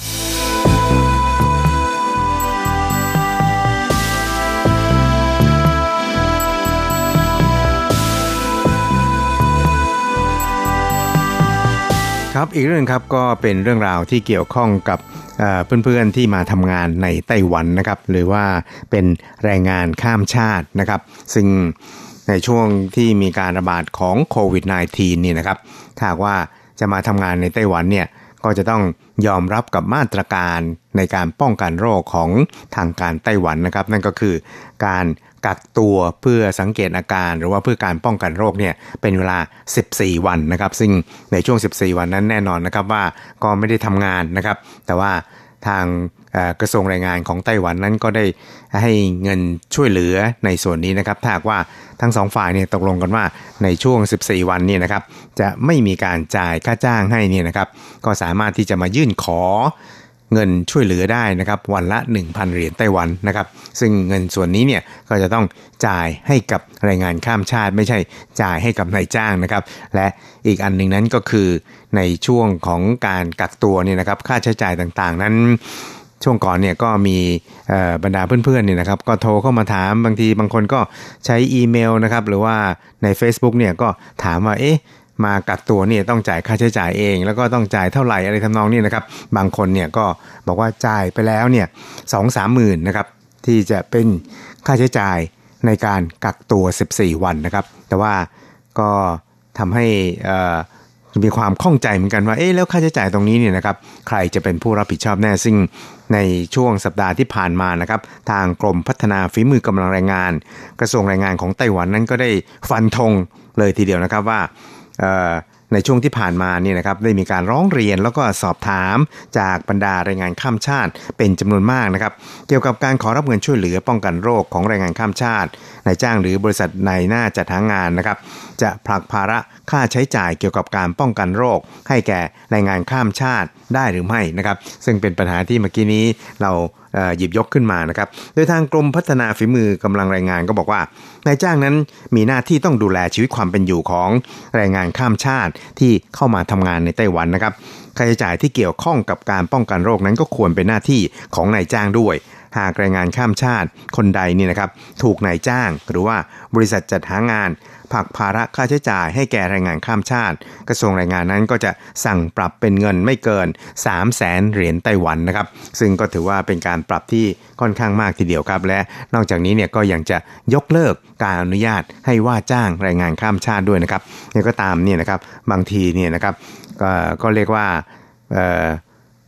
ครับอีกเรื่องครับก็เป็นเรื่องราวที่เกี่ยวข้องกับเพื่อนๆที่มาทำงานในไต้หวันนะครับหรือว่าเป็นแรงงานข้ามชาตินะครับซึ่งในช่วงที่มีการระบาดของโควิด สิบเก้า นี่นะครับถ้าว่าจะมาทำงานในไต้หวันเนี่ยก็จะต้องยอมรับกับมาตรการในการป้องกันโรคของทางการไต้หวันนะครับนั่นก็คือการกักตัวเพื่อสังเกตอาการหรือว่าเพื่อการป้องกันโรคเนี่ยเป็นเวลาสิบสี่วันนะครับซึ่งในช่วงสิบสี่วันนั้นแน่นอนนะครับว่าก็ไม่ได้ทำงานนะครับแต่ว่าทางกระทรวงแรงงานของไต้หวันนั้นก็ได้ให้เงินช่วยเหลือในส่วนนี้นะครับถ้าว่าทั้งสองฝ่ายเนี่ยตกลงกันว่าในช่วงสิบสี่วันนี่นะครับจะไม่มีการจ่ายค่าจ้างให้นี่นะครับก็สามารถที่จะมายื่นขอเงินช่วยเหลือได้นะครับวันละ หนึ่งพัน เหรียญไต้หวันนะครับซึ่งเงินส่วนนี้เนี่ยก็จะต้องจ่ายให้กับแรงงานข้ามชาติไม่ใช่จ่ายให้กับนายจ้างนะครับและอีกอันหนึ่งนั้นก็คือในช่วงของการกักตัวเนี่ยนะครับค่าใช้จ่ายต่างๆนั้นช่วงก่อนเนี่ยก็มีบรรดาเพื่อนๆเนี่ยนะครับก็โทรเข้ามาถามบางทีบางคนก็ใช้อีเมลนะครับหรือว่าใน Facebook เนี่ยก็ถามว่าเอ๊ะมากักตัวเนี่ยต้องจ่ายค่าใช้จ่ายเองแล้วก็ต้องจ่ายเท่าไหร่อะไรทำนองนี้นะครับบางคนเนี่ยก็บอกว่าจ่ายไปแล้วเนี่ย สองถึงสามหมื่น นะครับที่จะเป็นค่าใช้จ่ายในการกักตัวสิบสี่วันนะครับแต่ว่าก็ทำให้มีความข้องใจเหมือนกันว่าเอ๊ะแล้วค่าใช้จ่ายตรงนี้เนี่ยนะครับใครจะเป็นผู้รับผิดชอบแน่ซึ่งในช่วงสัปดาห์ที่ผ่านมานะครับทางกรมพัฒนาฝีมือกำลังแรงงานกระทรวงแรงงานของไต้หวันนั้นก็ได้ฟันธงเลยทีเดียวนะครับว่าในช่วงที่ผ่านมานี่นะครับได้มีการร้องเรียนแล้วก็สอบถามจากบรรดาแรงงานข้ามชาติเป็นจำนวนมากนะครับเกี่ยวกับการขอรับเงินช่วยเหลือป้องกันโรคของแรงงานข้ามชาตินายจ้างหรือบริษัทนายหน้าจัดหางานนะครับจะผลักภาระค่าใช้จ่ายเกี่ยวกับการป้องกันโรคให้แก่แรงงานข้ามชาติได้หรือไม่นะครับซึ่งเป็นปัญหาที่เมื่อกี้นี้เราหยิบยกขึ้นมานะครับโดยทางกรมพัฒนาฝีมือกำลังแรงงานก็บอกว่านายจ้างนั้นมีหน้าที่ต้องดูแลชีวิตความเป็นอยู่ของแรงงานข้ามชาติที่เข้ามาทำงานในไต้หวันนะครับค่าใช้จ่ายที่เกี่ยวข้องกับการป้องกันโรคนั้นก็ควรเป็นหน้าที่ของนายจ้างด้วยหากแรงงานข้ามชาติคนใดนี่นะครับถูกนายจ้างหรือว่าบริษัทจัดหางานผลักภาระค่าใช้จ่ายให้แก่แรงงานข้ามชาติกระทรวงแรงงานนั้นก็จะสั่งปรับเป็นเงินไม่เกิน สามแสน เหรียญไต้หวันนะครับซึ่งก็ถือว่าเป็นการปรับที่ค่อนข้างมากทีเดียวครับและนอกจากนี้เนี่ยก็ยังจะยกเลิกการอนุญาตให้ว่าจ้างแรงงานข้ามชาติด้วยนะครับนี่ก็ตามเนี่ยนะครับบางทีเนี่ยนะครับก็ก็เรียกว่า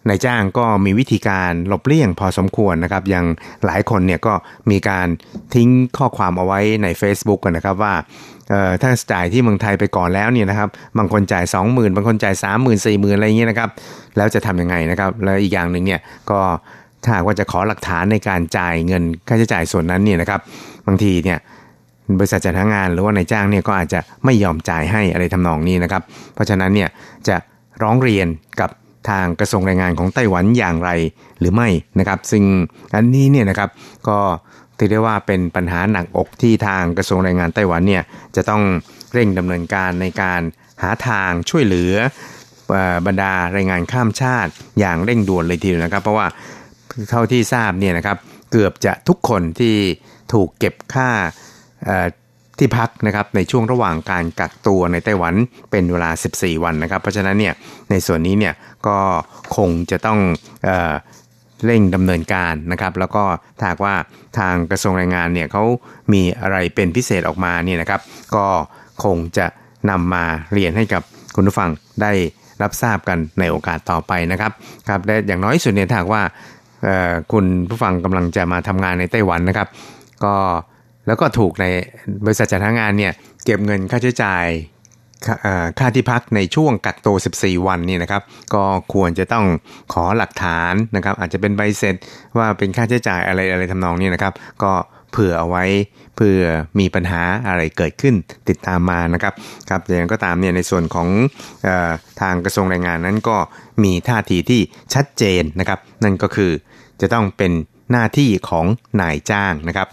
นายจ้างก็มีวิธีการหลบเลี่ยงพอสมควรนะครับอย่างหลายคนเนี่ยก็มีการทิ้งข้อความเอาไว้ใน Facebook กันนะครับว่าเอ่อถ้าจ่ายที่เมืองไทยไปก่อนแล้วเนี่ยนะครับบางคนจ่าย สองหมื่น บางคนจ่าย สามหมื่น สี่หมื่น อะไรอย่างเงี้ยนะครับแล้วจะทำยังไงนะครับแล้วอีกอย่างนึงเนี่ยก็ถ้าหากว่าจะขอหลักฐานในการจ่ายเงินค่าใช้จ่ายส่วนนั้นเนี่ยนะครับบางทีเนี่ยบริษัทจัดหางานหรือว่านายจ้างเนี่ยก็อาจจะไม่ยอมจ่ายให้อะไรทำนองนี้นะครับเพราะฉะนั้นเนี่ยจะร้องเรียนกับทางกระทรวงแรงงานของไต้หวันอย่างไรหรือไม่นะครับซึ่งอันนี้เนี่ยนะครับก็ถือได้ว่าเป็นปัญหาหนักอกที่ทางกระทรวงแรงงานไต้หวันเนี่ยจะต้องเร่งดำเนินการในการหาทางช่วยเหลือบรรดาแรงงานข้ามชาติอย่างเร่งด่วนเลยทีเดียวนะครับเพราะว่าเท่าที่ทราบเนี่ยนะครับเกือบจะทุกคนที่ถูกเก็บค่าที่พักนะครับในช่วงระหว่างการกักตัวในไต้หวันเป็นเวลาสิบสี่วันนะครับเพราะฉะนั้นเนี่ยในส่วนนี้เนี่ยก็คงจะต้องเอ่อเร่งดำเนินการนะครับแล้วก็ถ้าว่าทางกระทรวงแรงงานเนี่ยเขามีอะไรเป็นพิเศษออกมาเนี่ยนะครับก็คงจะนำมาเรียนให้กับคุณผู้ฟังได้รับทราบกันในโอกาสต่อไปนะครับครับและอย่างน้อยสุดเนี่ยถ้าว่าคุณผู้ฟังกำลังจะมาทำงานในไต้หวันนะครับก็แล้วก็ถูกในบริษัทจัดหางานเนี่ยเก็บเงินค่าใช้จ่ายค่าที่พักในช่วงกักตัวสิบสี่วันนี่นะครับก็ควรจะต้องขอหลักฐานนะครับอาจจะเป็นใบเสร็จว่าเป็นค่าใช้จ่ายอะไรอะไรทำนองนี้นะครับก็เผื่อเอาไว้เพื่อมีปัญหาอะไรเกิดขึ้นติดตามมานะครับครับอย่างนั้นก็ตามเนี่ยในส่วนของเอ่อทางกระทรวงแรงงานนั้นก็มีท่าทีที่ชัดเจนนะครับนั่นก็คือจะต้องเป็นหน้าที่ของนายจ้างนะครับ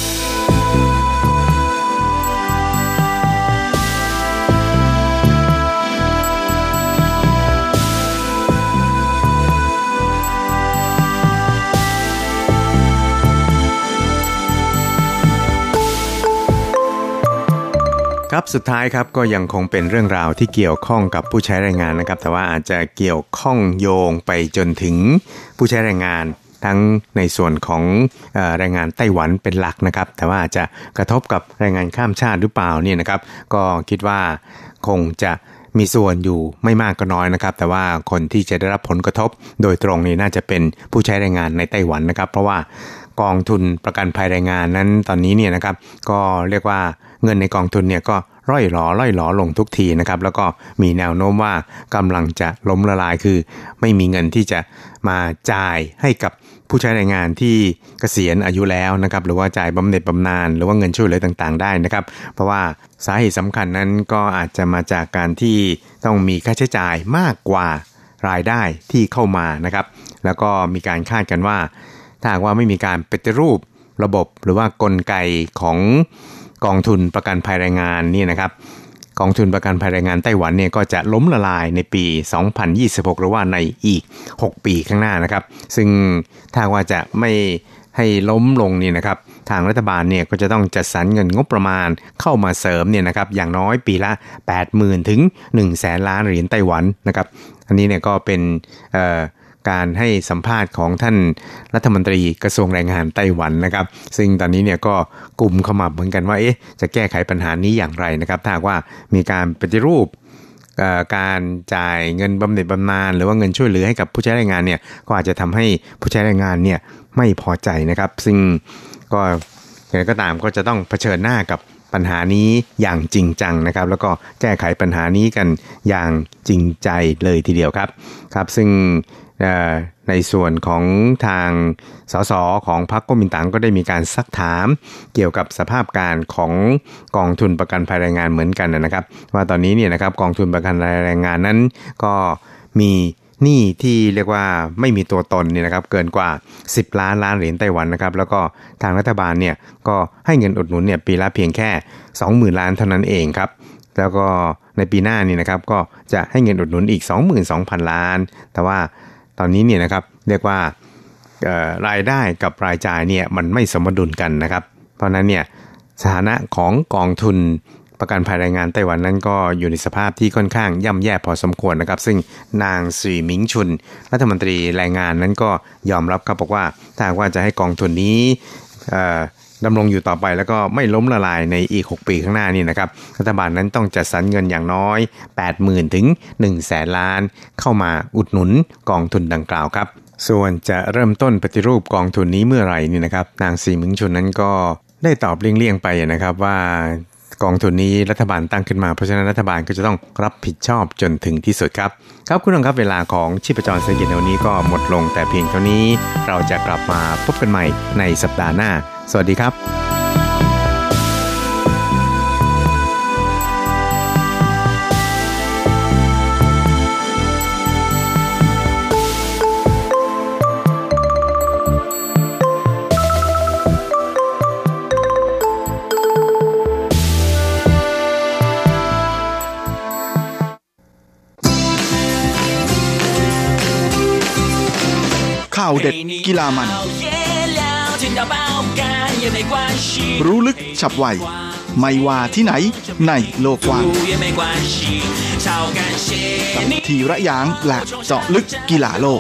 ครับสุดท้ายครับก็ยังคงเป็นเรื่องราวที่เกี่ยวข้องกับผู้ใช้แรงงานนะครับแต่ว่าอาจจะเกี่ยวข้องโยงไปจนถึงผู้ใช้แรงงานทั้งในส่วนของเอ่อแรงงานไต้หวันเป็นหลักนะครับแต่ว่าอาจจะกระทบกับแรงงานข้ามชาติหรือเปล่าเนี่ยนะครับก็คิดว่าคงจะมีส่วนอยู่ไม่มากก็น้อยนะครับแต่ว่าคนที่จะได้รับผลกระทบโดยตรงนี่น่าจะเป็นผู้ใช้แรงงานในไต้หวันนะครับเพราะว่ากองทุนประกันภัยแรงงานนั้นตอนนี้เนี่ยนะครับก็เรียกว่าเงินในกองทุนเนี่ยก็ร่อยหลอร่อยหลอลงทุกทีนะครับแล้วก็มีแนวโน้มว่ากำลังจะล้มละลายคือไม่มีเงินที่จะมาจ่ายให้กับผู้ใช้แรงงานที่เกษียณอายุแล้วนะครับหรือว่าจ่ายบำเหน็จบำนาญหรือว่าเงินช่วยเหลือต่างๆได้นะครับเพราะว่าสาเหตุสำคัญนั้นก็อาจจะมาจากการที่ต้องมีค่าใช้จ่ายมากกว่ารายได้ที่เข้ามานะครับแล้วก็มีการคาดกันว่าถ้าหากว่าไม่มีการปฏิรูประบบหรือว่ากลไกของกองทุนประกันภัยแรงงานนี่นะครับกองทุนประกันภัยแรงงานไต้หวันเนี่ยก็จะล้มละลายในปีสองพันยี่สิบหกหรือว่าในอีกหกปีข้างหน้านะครับซึ่งถ้าว่าจะไม่ให้ล้มลงนี่นะครับทางรัฐบาลเนี่ยก็จะต้องจัดสรรเงินงบประมาณเข้ามาเสริมเนี่ยนะครับอย่างน้อยปีละ แปดหมื่น ถึง หนึ่งแสน ล้านเหรียญไต้หวันนะครับอันนี้เนี่ยก็เป็นเอ่อการให้สัมภาษณ์ของท่านรัฐมนตรีกระทรวงแรงงานไต้หวันนะครับซึ่งตอนนี้เนี่ยก็กลุ่มขมับเหมือนกันว่าเอ๊ะจะแก้ไขปัญหานี้อย่างไรนะครับถ้าว่ามีการปฏิรูปการจ่ายเงินบำเหน็จบำนาญหรือว่าเงินช่วยเหลือให้กับผู้ใช้แรงงานเนี่ยก็อาจจะทำให้ผู้ใช้แรงงานเนี่ยไม่พอใจนะครับซึ่งก็อย่างไรก็ตามก็จะต้องเผชิญหน้ากับปัญหานี้อย่างจริงจังนะครับแล้วก็แก้ไขปัญหานี้กันอย่างจริงใจเลยทีเดียวครับครับซึ่งในส่วนของทางสสของพรรคก๊กมินตั๋งก็ได้มีการซักถามเกี่ยวกับสภาพการของกองทุนประกันภัยแรงงานเหมือนกันนะครับว่าตอนนี้เนี่ยนะครับกองทุนประกันภัยแรงงานนั้นก็มีหนี้ที่เรียกว่าไม่มีตัวตนเนี่ยนะครับเกินกว่าสิบล้านล้านเหรียญไต้หวันนะครับแล้วก็ทางรัฐบาลเนี่ยก็ให้เงินอุดหนุนเนี่ยปีละเพียงแค่ สองหมื่น ล้านเท่านั้นเองครับแล้วก็ในปีหน้านี่นะครับก็จะให้เงินอุดหนุนอีก สองหมื่นสองพัน ล้านแต่ว่าตอนนี้เนี่ยนะครับเรียกว่ารายได้กับรายจ่ายเนี่ยมันไม่สมดุลกันนะครับเพราะนั้นเนี่ยสถานะของกองทุนประกันภัยแรงงานไต้หวันนั้นก็อยู่ในสภาพที่ค่อนข้างย่ำแย่พอสมควรนะครับซึ่งนางสีหมิงชุนรัฐมนตรีแรงงานนั้นก็ยอมรับครับบอกว่าถ้าว่าจะให้กองทุนนี้ดำรงอยู่ต่อไปแล้วก็ไม่ล้มละลายในอีกหกปีข้างหน้านี่นะครับรัฐบาลนั้นต้องจัดสรรเงินอย่างน้อย แปดหมื่น ถึง หนึ่งแสน ล้านเข้ามาอุดหนุนกองทุนดังกล่าวครับส่วนจะเริ่มต้นปฏิรูปกองทุนนี้เมื่อไหร่นี่นะครับนางสีมึงชุนนั้นก็ได้ตอบเลี่ยงๆไปนะครับว่ากองทุนนี้รัฐบาลตั้งขึ้นมาเพราะฉะนั้นรัฐบาลก็จะต้องรับผิดชอบจนถึงที่สุดครับครับคุณผู้ชมครับเวลาของชีพจรเศรษฐกิจในวันนี้ก็หมดลงแต่เพียงเท่านี้เราจะกลับมาพบกันใหม่ในสัปดาห์หน้าสวัสดีครับข่าวเด็ดกีฬามันรู้ลึกฉับไวไม่ว่าที่ไหนในโลกกว้างกับทีระยางและเจาะลึกกีฬาโลก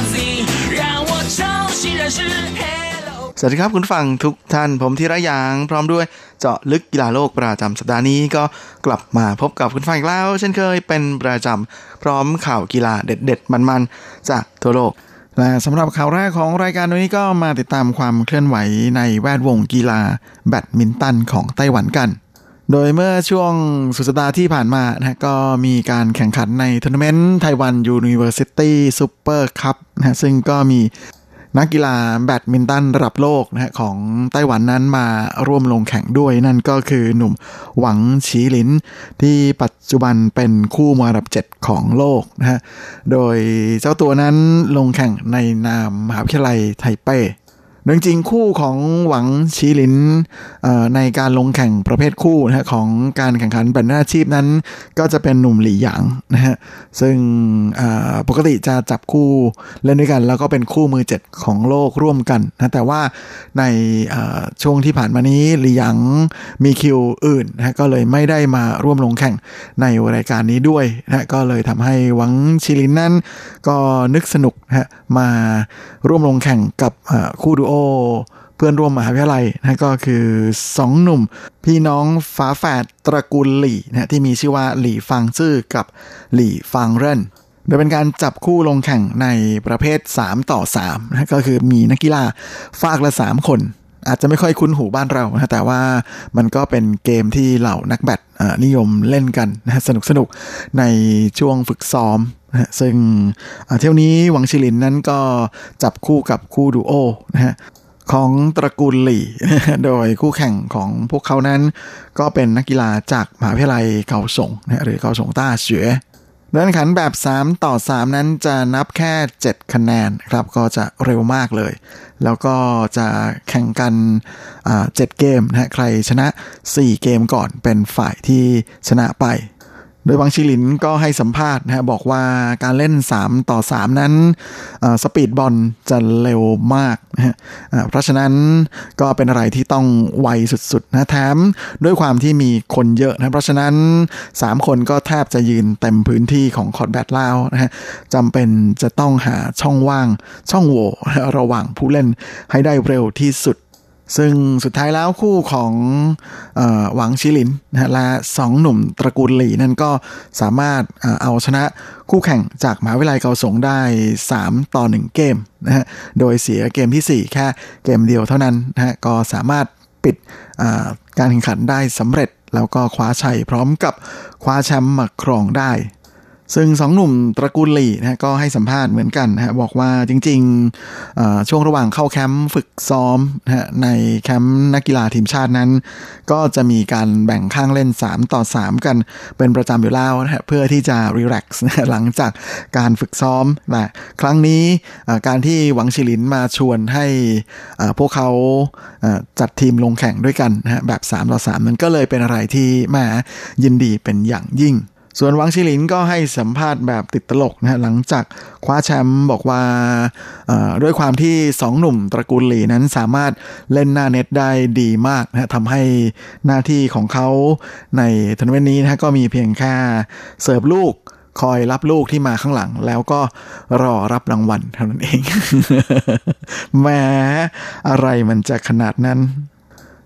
สวัสดีครับคุณฟังทุกท่านผมธีระยางพร้อมด้วยเจาะลึกกีฬาโลกประจำสัปดาห์นี้ก็กลับมาพบกับคุณฟังอีกแล้วเช่นเคยเป็นประจำพร้อมข่าวกีฬาเด็ดๆมันๆจากทั่วโลกและสำหรับข่าวแรกของรายการวันนี้ก็มาติดตามความเคลื่อนไหวในแวดวงกีฬาแบดมินตันของไต้หวันกันโดยเมื่อช่วงสุดสัปดาห์ที่ผ่านมานะก็มีการแข่งขันในทัวร์นาเมนต์ไต้หวันยูนิเวอร์ซิตี้ซุปเปอร์คัพนะซึ่งก็มีนักกีฬาแบดมินตันระดับโลกนะของไต้หวันนั้นมาร่วมลงแข่งด้วยนั่นก็คือหนุ่มหวังฉีหลินที่ปัจจุบันเป็นคู่มวยอันดับเจ็ดของโลกนะฮะโดยเจ้าตัวนั้นลงแข่งในนามมหาวิทยาลัยไทเป้จริงๆคู่ของหวังฉีหลินในการลงแข่งประเภทคู่นะฮะของการแข่งขันแบดมินตันอาชีพนั้นก็จะเป็นหนุ่มหลี่หยางนะฮะซึ่งปกติจะจับคู่เล่นด้วยกันแล้วก็เป็นคู่มือเจ็ดของโลกร่วมกันนะแต่ว่าในช่วงที่ผ่านมานี้หลี่หยางมีคิวอื่นนะก็เลยไม่ได้มาร่วมลงแข่งในรายการนี้ด้วยนะก็เลยทำให้หวังฉีหลินนั้นก็นึกสนุกนะฮะมาร่วมลงแข่งกับคู่ดูโอเพื่อนร่วมมหาวิทยาลัยนะก็คือสองหนุ่มพี่น้องฝาแฝดตระกูลหลี่นะที่มีชื่อว่าหลี่ฟางซื่อกับหลี่ฟางเร่นโดยเป็นการจับคู่ลงแข่งในประเภทสามต่อสามนะก็คือมีนักกีฬาฝากละสามคนอาจจะไม่ค่อยคุ้นหูบ้านเรานะแต่ว่ามันก็เป็นเกมที่เหล่านักแบดนิยมเล่นกันนะสนุกสนุกในช่วงฝึกซ้อมนะซึ่งเที่ยวนี้หวังฉีหลินนั้นก็จับคู่กับคู่ดูโอนะฮะของตระกูลหลี่โดยคู่แข่งของพวกเขานั้นก็เป็นนักกีฬาจากมหาวิทยาลัยเกาสงนะหรือเกาสงต้าเฉวยการแข่งขันแบบสามต่อสามนั้นจะนับแค่เจ็ดคะแนนครับก็จะเร็วมากเลยแล้วก็จะแข่งกันเจ็ดเกมนะฮะใครชนะสี่เกมก่อนเป็นฝ่ายที่ชนะไปโดยหวังฉีหลินก็ให้สัมภาษณ์นะฮะบอกว่าการเล่นสามต่อสามนั้นสปีดบอลจะเร็วมากนะฮะเพราะฉะนั้นก็เป็นอะไรที่ต้องไวสุดๆนะแถมด้วยความที่มีคนเยอะนะเพราะฉะนั้นสามคนก็แทบจะยืนเต็มพื้นที่ของคอร์ตแบดแล้วนะฮะจำเป็นจะต้องหาช่องว่างช่องโหว่ระหว่างผู้เล่นให้ได้เร็วที่สุดซึ่งสุดท้ายแล้วคู่ของเอ่อหวังฉีหลินนะฮะและสองหนุ่มตระกูลหลี่นั่นก็สามารถเอาชนะคู่แข่งจากมหาวิทยาลัยเกาสงได้สามต่อหนึ่งเกมนะฮะโดยเสียเกมที่สี่แค่เกมเดียวเท่านั้นนะฮะก็สามารถปิดการแข่งขันได้สำเร็จแล้วก็คว้าชัยพร้อมกับคว้าแชมป์มาครองได้ซึ่งสองหนุ่มตระกูลหลี่นะก็ให้สัมภาษณ์เหมือนกันนะบอกว่าจริงๆช่วงระหว่างเข้าแคมป์ฝึกซ้อมนะในแคมป์นักกีฬาทีมชาตินั้นก็จะมีการแบ่งข้างเล่นสามต่อสามกันเป็นประจำอยู่แล้วนะเพื่อที่จะรีแลกซ์หลังจากการฝึกซ้อมนะครั้งนี้การที่หวังฉีหลินมาชวนให้พวกเขาจัดทีมลงแข่งด้วยกันนะแบบสามต่อสามนั้นก็เลยเป็นอะไรที่แหมยินดีเป็นอย่างยิ่งส่วนหวังฉีหลินก็ให้สัมภาษณ์แบบติดตลกนะฮะหลังจากคว้าแชมป์บอกว่าด้วยความที่สองหนุ่มตระกูลหลี่นั้นสามารถเล่นหน้าเน็ตได้ดีมากนะทำให้หน้าที่ของเขาในทัวร์นาเมนต์นี้นะก็มีเพียงแค่เสิร์ฟลูกคอยรับลูกที่มาข้างหลังแล้วก็รอรับรางวัลเท่านั้นเอง แหมอะไรมันจะขนาดนั้น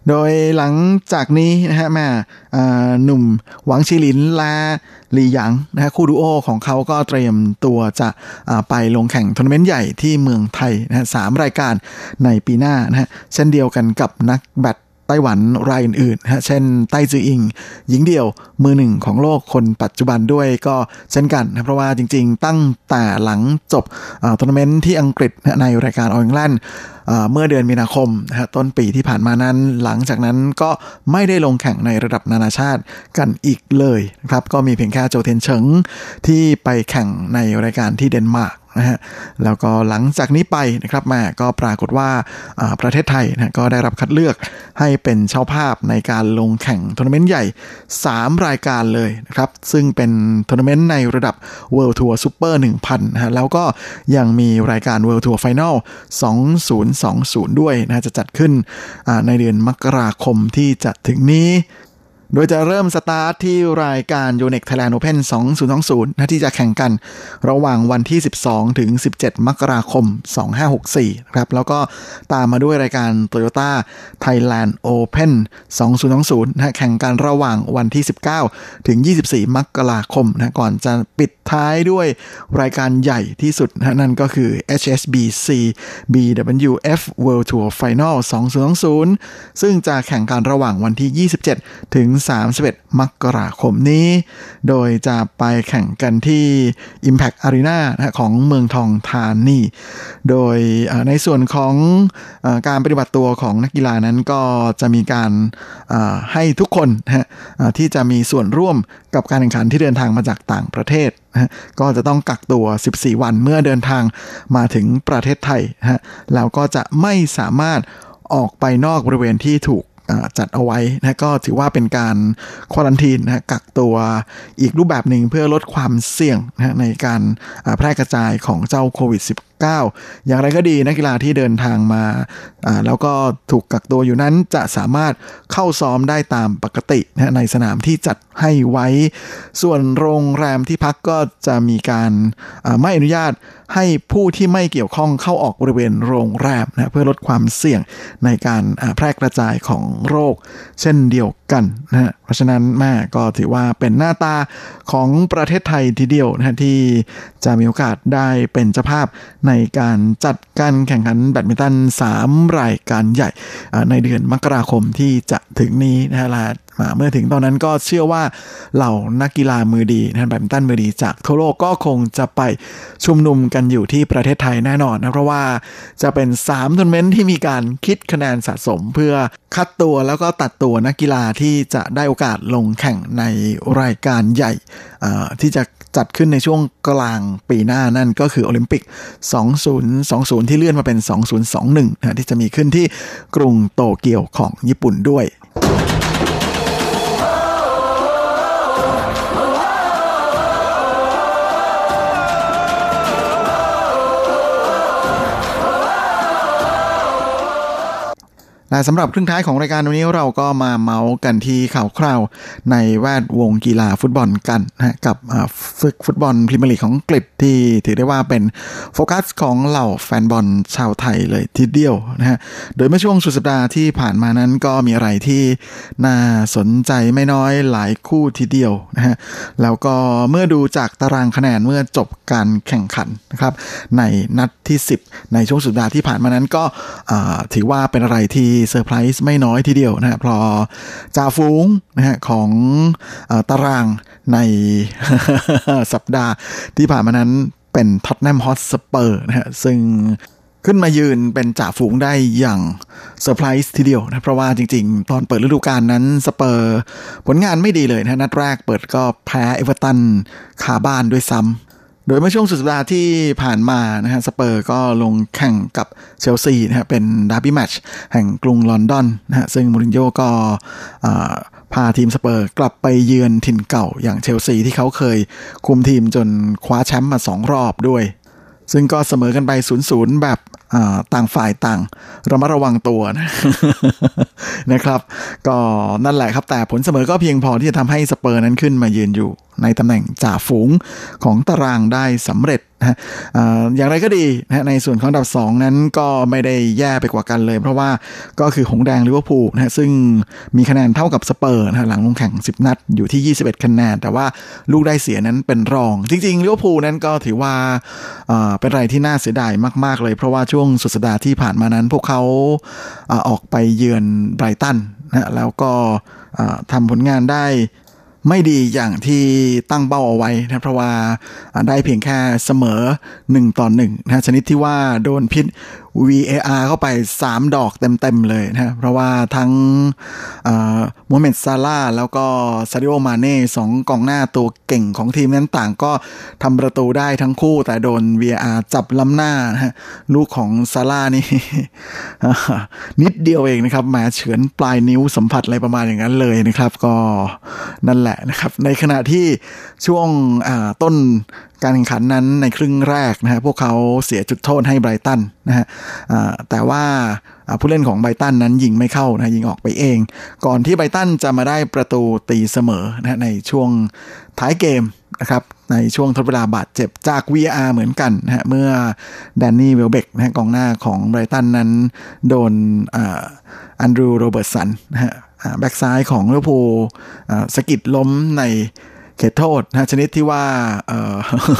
โดยหลังจากนี้นะฮะแม่หนุ่มหวังชิลินและหลี่หยางนะฮะคู่ดูโอของเขาก็เตรียมตัวจะไปลงแข่งทัวร์นาเมนต์ใหญ่ที่เมืองไทยนะฮะสามรายการในปีหน้านะฮะเช่นเดียวกันกับนักแบดไต้หวันรายอื่นๆนะฮะเช่นไต้จืออิงหญิงเดี่ยวมือหนึ่งของโลกคนปัจจุบันด้วยก็เช่นกันนะเพราะว่าจริงๆตั้งแต่หลังจบทัวร์นาเมนต์ที่อังกฤษในรายการออลอิงแลนด์เมื่อเดือนมีนาคมนะฮะต้นปีที่ผ่านมานั้นหลังจากนั้นก็ไม่ได้ลงแข่งในระดับนานาชาติกันอีกเลยนะครับก็มีเพียงแค่โจเทียนเฉิงที่ไปแข่งในรายการที่เดนมาร์กนะฮะแล้วก็หลังจากนี้ไปนะครับแม่ก็ปรากฏว่าประเทศไทยนะก็ได้รับคัดเลือกให้เป็นเจ้าภาพในการลงแข่งทัวร์นาเมนต์ใหญ่สามรายการเลยนะครับซึ่งเป็นทัวร์นาเมนต์ในระดับ World Tour Super หนึ่งพัน นะฮะแล้วก็ยังมีรายการ World Tour Final สองพันยี่สิบด้วยนะจะจัดขึ้นในเดือนมกราคมที่จะถึงนี้โดยจะเริ่มสตาร์ทที่รายการ Yonex Thailand Open สองพันยี่สิบนะที่จะแข่งกันระหว่างวันที่สิบสองถึงสิบเจ็ดมกราคมสองพันห้าร้อยหกสิบสี่ครับแล้วก็ตามมาด้วยรายการ Toyota Thailand Open สองพันยี่สิบนะแข่งกันระหว่างวันที่สิบเก้าถึงยี่สิบสี่มกราคมนะก่อนจะปิดท้ายด้วยรายการใหญ่ที่สุดนะนั่นก็คือ เอช เอส บี ซี บี ดับเบิลยู เอฟ World Tour Final สองพันยี่สิบซึ่งจะแข่งกันระหว่างวันที่ยี่สิบเจ็ดถึงสามสิบเอ็ดมกราคมนี้โดยจะไปแข่งกันที่ Impact Arena นะของเมืองทองธานีโดยในส่วนของการปฏิบัติตัวของนักกีฬานั้นก็จะมีการให้ทุกคนนะที่จะมีส่วนร่วมกับการแข่งขันที่เดินทางมาจากต่างประเทศนะก็จะต้องกักตัวสิบสี่วันเมื่อเดินทางมาถึงประเทศไทยนะแล้วก็จะไม่สามารถออกไปนอกบริเวณที่ถูกจัดเอาไว้นะก็ถือว่าเป็นการควอรันทีนนะกักตัวอีกรูปแบบหนึ่งเพื่อลดความเสี่ยงนะในการแพร่กระจายของเจ้าโควิด สิบเก้า อย่างไรก็ดีนักกีฬาที่เดินทางมาแล้วก็ถูกกักตัวอยู่นั้นจะสามารถเข้าซ้อมได้ตามปกตินะในสนามที่จัดให้ไว้ส่วนโรงแรมที่พักก็จะมีการไม่อนุญาตให้ผู้ที่ไม่เกี่ยวข้องเข้าออกบริเวณโรงแรมนะเพื่อลดความเสี่ยงในการแพร่กระจายของโรคเช่นเดียวกันนะฮะเพราะฉะนั้นแม่ก็ถือว่าเป็นหน้าตาของประเทศไทยทีเดียวนะที่จะมีโอกาสได้เป็นเจ้าภาพในการจัดการแข่งขันแบดมินตันสามรายการใหญ่ในเดือนมกราคมที่จะถึงนี้นะฮะเมื่อถึงตอนนั้นก็เชื่อว่าเหล่านักกีฬามือดีนะแบดมินตันมือดีจากทั่วโลกก็คงจะไปชุมนุมกันอยู่ที่ประเทศไทยแน่นอนนะเพราะว่าจะเป็นสามทัวร์นาเมนต์ที่มีการคิดคะแนนสะสมเพื่อคัดตัวแล้วก็ตัดตัวนักกีฬาที่จะได้โอกาสลงแข่งในรายการใหญ่ที่จะจัดขึ้นในช่วงกลางปีหน้านั่นก็คือโอลิมปิกสองพันยี่สิบที่เลื่อนมาเป็นสองพันยี่สิบเอ็ดนะที่จะมีขึ้นที่กรุงโตเกียวของญี่ปุ่นด้วยและสำหรับครึ่งท้ายของรายการวันนี้เราก็มาเมาส์กันที่ข่าวคราวในแวดวงกีฬาฟุตบอลกันนะกับฝึกฟุตบอลพรีเมียร์ลีกของอังกฤษที่ถือได้ว่าเป็นโฟกัสของเหล่าแฟนบอลชาวไทยเลยทีเดียวนะฮะโดยเมื่อช่วงสุดสัปดาห์ที่ผ่านมานั้นก็มีอะไรที่น่าสนใจไม่น้อยหลายคู่ทีเดียวนะฮะแล้วก็เมื่อดูจากตารางคะแนนเมื่อจบการแข่งขันนะครับในนัดที่สิบในช่วงสุดสัปดาห์ที่ผ่านมานั้นก็ถือว่าเป็นอะไรที่เซอร์ไพรส์ไม่น้อยทีเดียวนะฮะเพราะจ่าฝูงนะฮะของเอ่อตารางใน สัปดาห์ที่ผ่านมานั้นเป็นท็อตแนมฮอตสเปอร์นะฮะซึ่งขึ้นมายืนเป็นจ่าฝูงได้อย่างเซอร์ไพรส์ทีเดียวนะเพราะว่าจริงๆตอนเปิดฤดูกาลนั้นสเปอร์ผลงานไม่ดีเลยนะนัดแรกเปิดก็แพ้เอเวอร์ตันคาบ้านด้วยซ้ำโดยเมื่อช่วงสุดสัปดาห์ที่ผ่านมานะฮะสเปอร์ก็ลงแข่งกับเชลซีนะฮะเป็นดาร์บี้แมตช์แห่งกรุงลอนดอนนะฮะซึ่งมูรินโญ่ก็พาทีมสเปอร์กลับไปเยือนถิ่นเก่าอย่างเชลซีที่เขาเคยคุมทีมจนคว้าแชมป์มาสองรอบด้วยซึ่งก็เสมอกันไป ศูนย์ศูนย์ แบบต่างฝ่ายต่างระมัดระวังตัวนะ นะครับก็นั่นแหละครับแต่ผลเสมอก็เพียงพอที่จะทำให้สเปอร์นั้นขึ้นมายืนอยู่ในตำแหน่งจ่าฝูงของตารางได้สำเร็จนะอย่างไรก็ดีนะในส่วนของอันดับสองนั้นก็ไม่ได้แย่ไปกว่ากันเลยเพราะว่าก็คือหงส์แดงลิเวอร์พูลนะซึ่งมีคะแนนเท่ากับสเปอร์นะหลังลงแข่งสิบนัดอยู่ที่ยี่สิบเอ็ดคะแนนแต่ว่าลูกได้เสียนั้นเป็นรองจริงๆลิเวอร์พูลนั้นก็ถือว่าเป็นอะไรที่น่าเสียดายมากๆเลยเพราะว่าช่วงสุดสัปดาห์ที่ผ่านมานั้นพวกเขาออกไปเยือนไบรตันนะแล้วก็ทำผลงานได้ไม่ดีอย่างที่ตั้งเป้าเอาไว้นะเพราะว่าได้เพียงแค่เสมอหนึ่งต่อหนึ่งนะชนิดที่ว่าโดนพิษ วี เอ อาร์ เข้าไปสามดอกเต็มๆเลยนะเพราะว่าทั้งโมฮัมเหม็ดซาลาห์แล้วก็ซาดิโอมาเน่สองกองหน้าตัวเก่งของทีมนั้นต่างก็ทำประตูได้ทั้งคู่แต่โดน วี เอ อาร์ จับล้ำหน้านะฮะลูกของซาลาห์นี่ นิดเดียวเองนะครับแหมเฉือนปลายนิ้วสัมผัสอะไรประมาณอย่างนั้นเลยนะครับก็นั่นแหละนะครับในขณะที่ช่วงต้นการแข่งขันนั้นในครึ่งแรกนะฮะพวกเขาเสียจุดโทษให้ไบรตันนะฮะแต่ว่าผู้เล่นของไบรตันนั้นยิงไม่เข้านะยิงออกไปเองก่อนที่ไบรตันจะมาได้ประตูตีเสมอนะในช่วงท้ายเกมนะครับในช่วงทดเวลาบาดเจ็บจาก วี อาร์ เหมือนกันนะฮะเมื่อแดนนี่เวลเบกนะฮะกองหน้าของไบรตันนั้นโดนอันดรูโรเบิร์ตสันนะฮะแบ็กซ้ายของลิเวอร์พูลสะกิดล้มในเขตโทษนะชนิดที่ว่าเอ่อ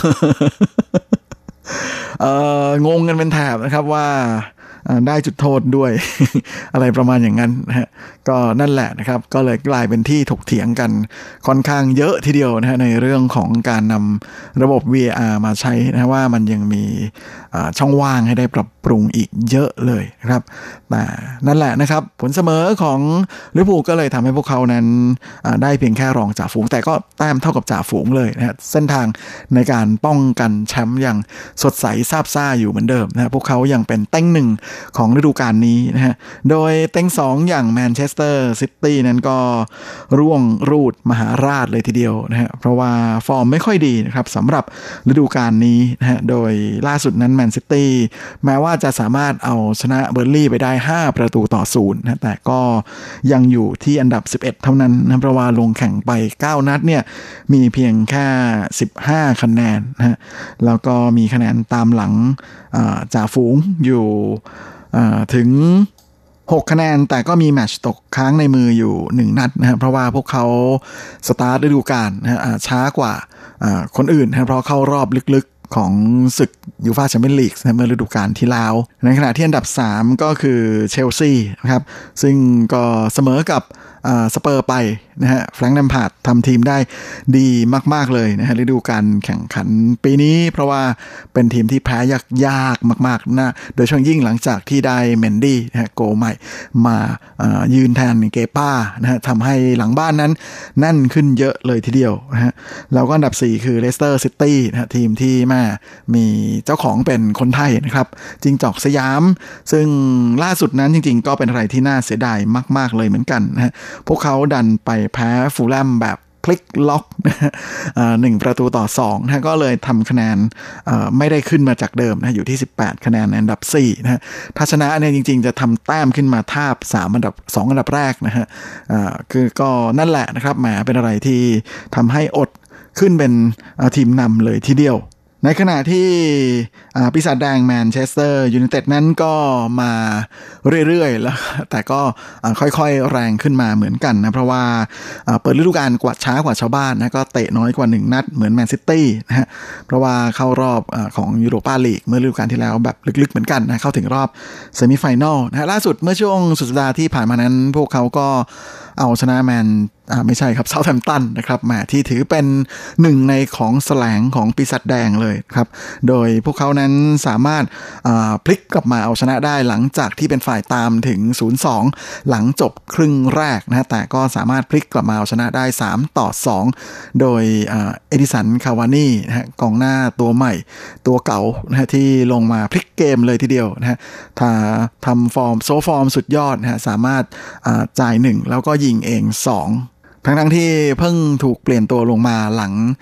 เอ่องงกันเป็นแถบนะครับว่าได้จุดโทษด้วย อะไรประมาณอย่างนั้นนะฮะก็นั่นแหละนะครับก็เลยกลายเป็นที่ถกเถียงกันค่อนข้างเยอะทีเดียวนะฮะในเรื่องของการนำระบบ วี เอ อาร์ มาใช้นะว่ามันยังมีช่องว่างให้ได้ปรับปรุงอีกเยอะเลยนะครับแต่นั่นแหละนะครับผลเสมอของลิเวอร์พูลก็เลยทำให้พวกเขานั้นได้เพียงแค่รองจ่าฝูงแต่ก็แต้มเท่ากับจ่าฝูงเลยนะฮะเส้นทางในการป้องกันแชมป์อย่างสดใสซาบซ่าอยู่เหมือนเดิมนะพวกเขายังเป็นเต็งหนึ่งของฤดูกาลนี้นะฮะโดยเต็งสองอย่างแมนเชสเตอร์ซิตี้นั้นก็ร่วงรูดมหาราชเลยทีเดียวนะฮะเพราะว่าฟอร์มไม่ค่อยดีนะครับสำหรับฤดูกาลนี้นะฮะโดยล่าสุดนั้นแมนซิตี้แม้ว่าจะสามารถเอาชนะเบอร์ลี่ไปได้ห้าประตูต่อศูนย์นะแต่ก็ยังอยู่ที่อันดับสิบเอ็ดเท่านั้นนะเพราะว่าลงแข่งไปเก้านัดเนี่ยมีเพียงแค่สิบห้าคะแนนนะฮะแล้วก็มีคะแนนตามหลังจ่าฝูงอยู่ถึงหกคะแนนแต่ก็มีแมตช์ตกค้างในมืออยู่หนึ่งนัดนะครับเพราะว่าพวกเขาสตาร์ทฤดูกาลนะฮะช้ากว่าคนอื่นนะเพราะเข้ารอบลึกๆของศึกยูฟ่าแชมเปี้ยนลีกเมื่อฤดูกาลที่แล้วในขณะที่อันดับสามก็คือเชลซีนะครับซึ่งก็เสมอกับสเปอร์ไปนะฮะแฟรงค์ แลมพาร์ดทำทีมได้ดีมากๆเลยนะฮะฤดูกาลแข่งขันปีนี้เพราะว่าเป็นทีมที่แพ้ยากๆมากๆนะโดยเฉพาะยิ่งหลังจากที่ได้เมนดี้นะฮะโกใหม่มายืนแทนเกป้านะฮะทำให้หลังบ้านนั้นแน่นขึ้นเยอะเลยทีเดียวนะฮะแล้วก็อันดับสี่คือเลสเตอร์ซิตี้นะฮะทีมที่แม่มีเจ้าของเป็นคนไทยนะครับจิงจอกสยามซึ่งล่าสุดนั้นจริงๆก็เป็นอะไรที่น่าเสียดายมากๆเลยเหมือนกันนะฮะพวกเขาดันไปแพ้ฟูลแลมแบบพลิกล็อกหนึ่งประตูต่อสองนะก็เลยทำคะแนนไม่ได้ขึ้นมาจากเดิมนะอยู่ที่สิบแปดคะแนนในอันดับสี่นะฮะถ้าชนะเนี่ยจริงๆจะทำแต้มขึ้นมาทาบสามอันดับสองอันดับแรกนะฮะคือก็นั่นแหละนะครับแหมเป็นอะไรที่ทำให้อดขึ้นเป็นทีมนำเลยทีเดียวในขณะที่ปีศาจแดงแมนเชสเตอร์ยูไนเต็ดนั้นก็มาเรื่อยๆแล้วแต่ก็ค่อยๆแรงขึ้นมาเหมือนกันนะเพราะว่าเปิดฤดูกาลกว่าช้ากว่าชาวบ้านนะก็เตะน้อยกว่าหนึ่งนัดเหมือนแมนซิตี้นะฮะเพราะว่าเข้ารอบของยูโรปาลีกเมื่อฤดูกาลที่แล้วแบบลึกๆเหมือนกันนะเข้าถึงรอบเซมิไฟแนลนะล่าสุดเมื่อช่วงสุดสัปดาห์ที่ผ่านมานั้นพวกเขาก็เอาชนะแมนอ่าไม่ใช่ครับเซาท์แฮมป์ตันนะครับแหมที่ถือเป็นหนึ่งในของแสลงของปีศาจแดงเลยครับโดยพวกเขานั้นสามารถอ่าพลิกกลับมาเอาชนะได้หลังจากที่เป็นฝ่ายตามถึง ศูนย์สอง หลังจบครึ่งแรกนะแต่ก็สามารถพลิกกลับมาเอาชนะได้สามต่อสองโดยอ่าเอดิสันคาวานี่นะฮะกองหน้าตัวใหม่ตัวเก่านะฮะที่ลงมาพลิกเกมเลยทีเดียวนะฮะถ้าทำฟอร์มโซฟอร์มสุดยอดนะฮะสามารถอ่าจ่ายหนึ่งแล้วก็ยิงเองสองทั้งๆที่เพิ่งถูกเปลี่ยนตัวลงมาหลัง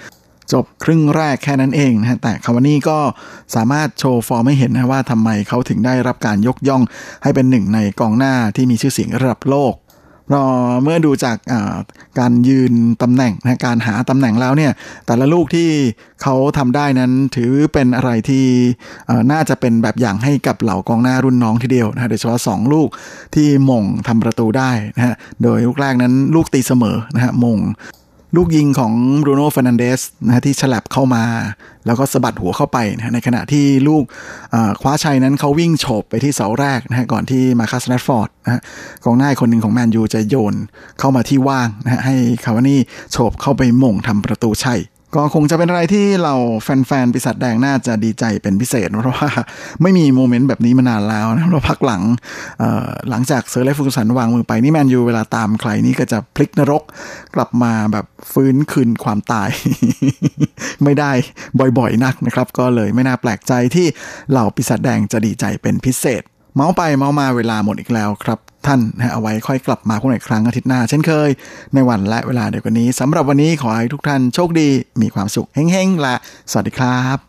จบครึ่งแรกแค่นั้นเองนะฮะแต่คาวานี่ก็สามารถโชว์ฟอร์มให้เห็นนะว่าทำไมเขาถึงได้รับการยกย่องให้เป็นหนึ่งในกองหน้าที่มีชื่อเสียงระดับโลกเพราะเมื่อดูจากการยืนตำแหน่งนะการหาตำแหน่งแล้วเนี่ยแต่ละลูกที่เขาทำได้นั้นถือเป็นอะไรที่น่าจะเป็นแบบอย่างให้กับเหล่ากองหน้ารุ่นน้องทีเดียวนะโดยเฉพาะสองลูกที่หม่งทำประตูได้นะฮะโดยลูกแรกนั้นลูกตีเสมอนะฮะหม่งลูกยิงของบรูโน่ เฟอร์นันเดสนะฮะที่ฉลับเข้ามาแล้วก็สะบัดหัวเข้าไปนะในขณะที่ลูกคว้าชัยนั้นเขาวิ่งโฉบไปที่เสาแรกนะฮะก่อนที่มาคัส แรชฟอร์ดนะฮะกองหน้าคนหนึ่งของแมนยูจะโยนเข้ามาที่ว่างนะฮะให้คาวานี่โฉบเข้าไปหม่งทำประตูชัยก็คงจะเป็นอะไรที่เราแฟนๆปีศาจแดงน่าจะดีใจเป็นพิเศษเพราะว่าไม่มีโมเมนต์แบบนี้มานานแล้วนะเพราะพักหลังหลังจากเซอร์เล็กซ์ เฟอร์กูสันวางมือไปนี่แมนยูเวลาตามใครนี่ก็จะพลิกนรกกลับมาแบบฟื้นคืนความตาย ไม่ได้บ่อยๆนักนะครับก็เลยไม่น่าแปลกใจที่เหล่าปีศาจแดงจะดีใจเป็นพิเศษเมาส์ไปเมาส์มาเวลาหมดอีกแล้วครับท่านนะเอาไว้ค่อยกลับมาพบกันอีกครั้งอาทิตย์หน้าเช่นเคยในวันและเวลาเดียวกันนี้สำหรับวันนี้ขอให้ทุกท่านโชคดีมีความสุขเฮ้งๆและสวัสดีครับ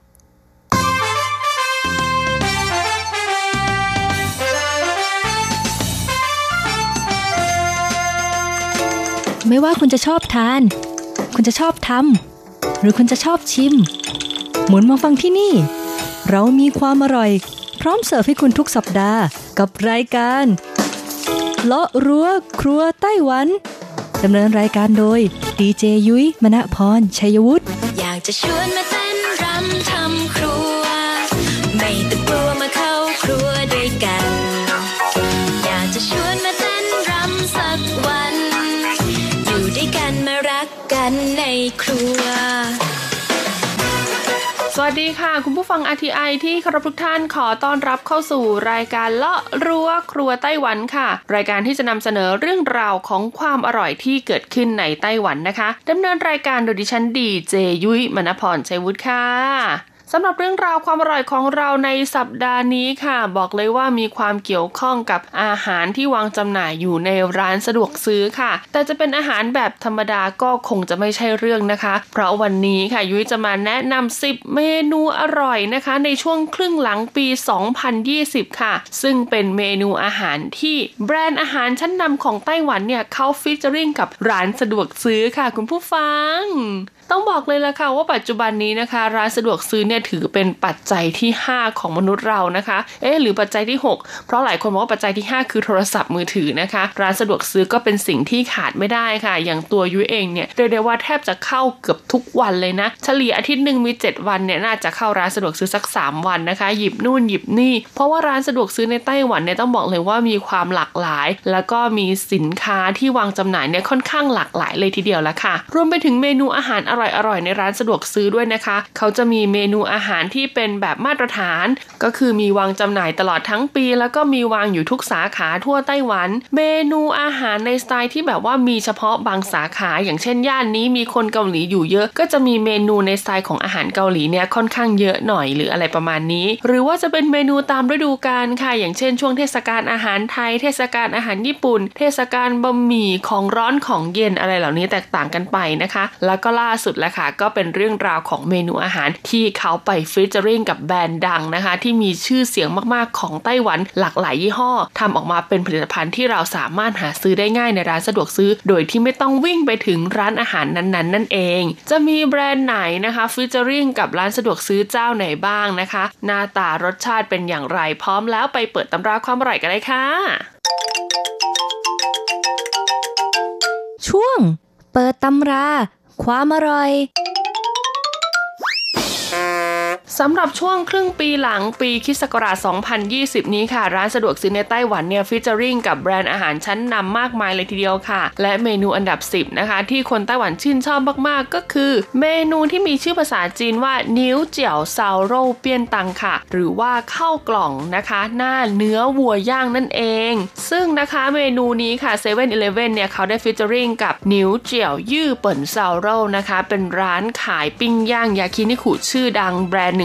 ไม่ว่าคุณจะชอบทานคุณจะชอบทำหรือคุณจะชอบชิมหมุนมาฟังที่นี่เรามีความอร่อยพร้อมเสิร์ฟให้คุณทุกสัปดาห์กับรายการเลาะรั้วครัวไต้หวันดำเนินรายการโดยดีเจยุ้ยมณพรชัยวุฒิอยากจะชวนมาเต้นรำทำครัวไม่ต้องกลัวมาเข้าครัวด้วยกันอยากจะชวนมาเต้นรำสักวันอยู่ด้วยกันมารักกันในครัวสวัสดีค่ะคุณผู้ฟัง อาร์ ที ไอ ที่เคารพทุกท่านขอต้อนรับเข้าสู่รายการเลาะรั้วครัวไต้หวันค่ะรายการที่จะนำเสนอเรื่องราวของความอร่อยที่เกิดขึ้นในไต้หวันนะคะดำเนินรายการโดยดิฉันดีเจยุ้ยมณพรชัยวุฒิค่ะสำหรับเรื่องราวความอร่อยของเราในสัปดาห์นี้ค่ะบอกเลยว่ามีความเกี่ยวข้องกับอาหารที่วางจำหน่ายอยู่ในร้านสะดวกซื้อค่ะแต่จะเป็นอาหารแบบธรรมดาก็คงจะไม่ใช่เรื่องนะคะเพราะวันนี้ค่ะยุ้ยจะมาแนะนำสิบเมนูอร่อยนะคะในช่วงครึ่งหลังปีสองพันยี่สิบค่ะซึ่งเป็นเมนูอาหารที่แบรนด์อาหารชั้นนำของไต้หวันเนี่ยเขาฟีเจอริ่งกับร้านสะดวกซื้อค่ะคุณผู้ฟังต้องบอกเลยละค่ะว่าปัจจุบันนี้นะคะร้านสะดวกซื้อเนี่ยถือเป็นปัจจัยที่ห้าของมนุษย์เรานะคะเอ๊ะหรือปัจจัยที่หกเพราะหลายคนบอกว่าปัจจัยที่ห้าคือโทรศัพท์มือถือนะคะร้านสะดวกซื้อก็เป็นสิ่งที่ขาดไม่ได้ค่ะอย่างตัวยุ้ยเองเนี่ยเรียกได้ว่าแทบจะเข้าเกือบทุกวันเลยนะเฉลี่ยอาทิตย์นึงมีเจ็ดวันเนี่ยน่าจะเข้าร้านสะดวกซื้อสักสามวันนะคะหยิบนู่นหยิบนี่เพราะว่าร้านสะดวกซื้อในไต้หวันเนี่ยต้องบอกเลยว่ามีความหลากหลายแล้วก็มีสินค้าที่วางจำหน่ายเนี่ยค่อนข้างหลากหลายเลยทีเดียวละค่ะรวมไปถึงเมนูอาหารอร่อยๆในร้านสะดวกซื้อด้วยนะคะเขาจะมีเมนูอาหารที่เป็นแบบมาตรฐานก็คือมีวางจำหน่ายตลอดทั้งปีแล้วก็มีวางอยู่ทุกสาขาทั่วไต้หวันเมนูอาหารในสไตล์ที่แบบว่ามีเฉพาะบางสาขาอย่างเช่นย่านนี้มีคนเกาหลีอยู่เยอะก็จะมีเมนูในสไตล์ของอาหารเกาหลีเนี่ยค่อนข้างเยอะหน่อยหรืออะไรประมาณนี้หรือว่าจะเป็นเมนูตามฤดูกาลค่ะอย่างเช่นช่วงเทศกาลอาหารไทยเทศกาลอาหารญี่ปุ่นเทศกาลบะหมี่ของร้อนของเย็นอะไรเหล่านี้แตกต่างกันไปนะคะแล้วก็ล่าสุดแหละค่ะก็เป็นเรื่องราวของเมนูอาหารที่เขาไปฟีเจอริ่งกับแบรนด์ดังนะคะที่มีชื่อเสียงมากๆของไต้หวันหลากหลายยี่ห้อทำออกมาเป็นผลิตภัณฑ์ที่เราสามารถหาซื้อได้ง่ายในร้านสะดวกซื้อโดยที่ไม่ต้องวิ่งไปถึงร้านอาหารนั้นๆนั่นเองจะมีแบรนด์ไหนนะคะฟีเจอริ่งกับร้านสะดวกซื้อเจ้าไหนบ้างนะคะหน้าตารสชาติเป็นอย่างไรพร้อมแล้วไปเปิดตำราความอร่อยกันเลยค่ะช่วงเปิดตำราความอร่อยสำหรับช่วงครึ่งปีหลังปีค.ศ. สองพันยี่สิบนี้ค่ะร้านสะดวกซื้อในไต้หวันเนี่ยฟีเจอริ่งกับแบรนด์อาหารชั้นนำมากมายเลยทีเดียวค่ะและเมนูอันดับสิบนะคะที่คนไต้หวันชื่นชอบมากๆก็คือเมนูที่มีชื่อภาษาจีนว่านิ้วเจียวซาวโร่เปี้ยนตังค่ะหรือว่าข้าวกล่องนะคะหน้าเนื้อวัวย่างนั่นเองซึ่งนะคะเมนูนี้ค่ะ เซเว่น อีเลฟเว่น เนี่ยเขาได้ฟีเจอริ่งกับนิ้วเจียวยื่อเปิ่นซาวโร่นะคะเป็นร้านขายปิ้งย่างยากินิคุชื่อดังแบรนด์หนึ่ง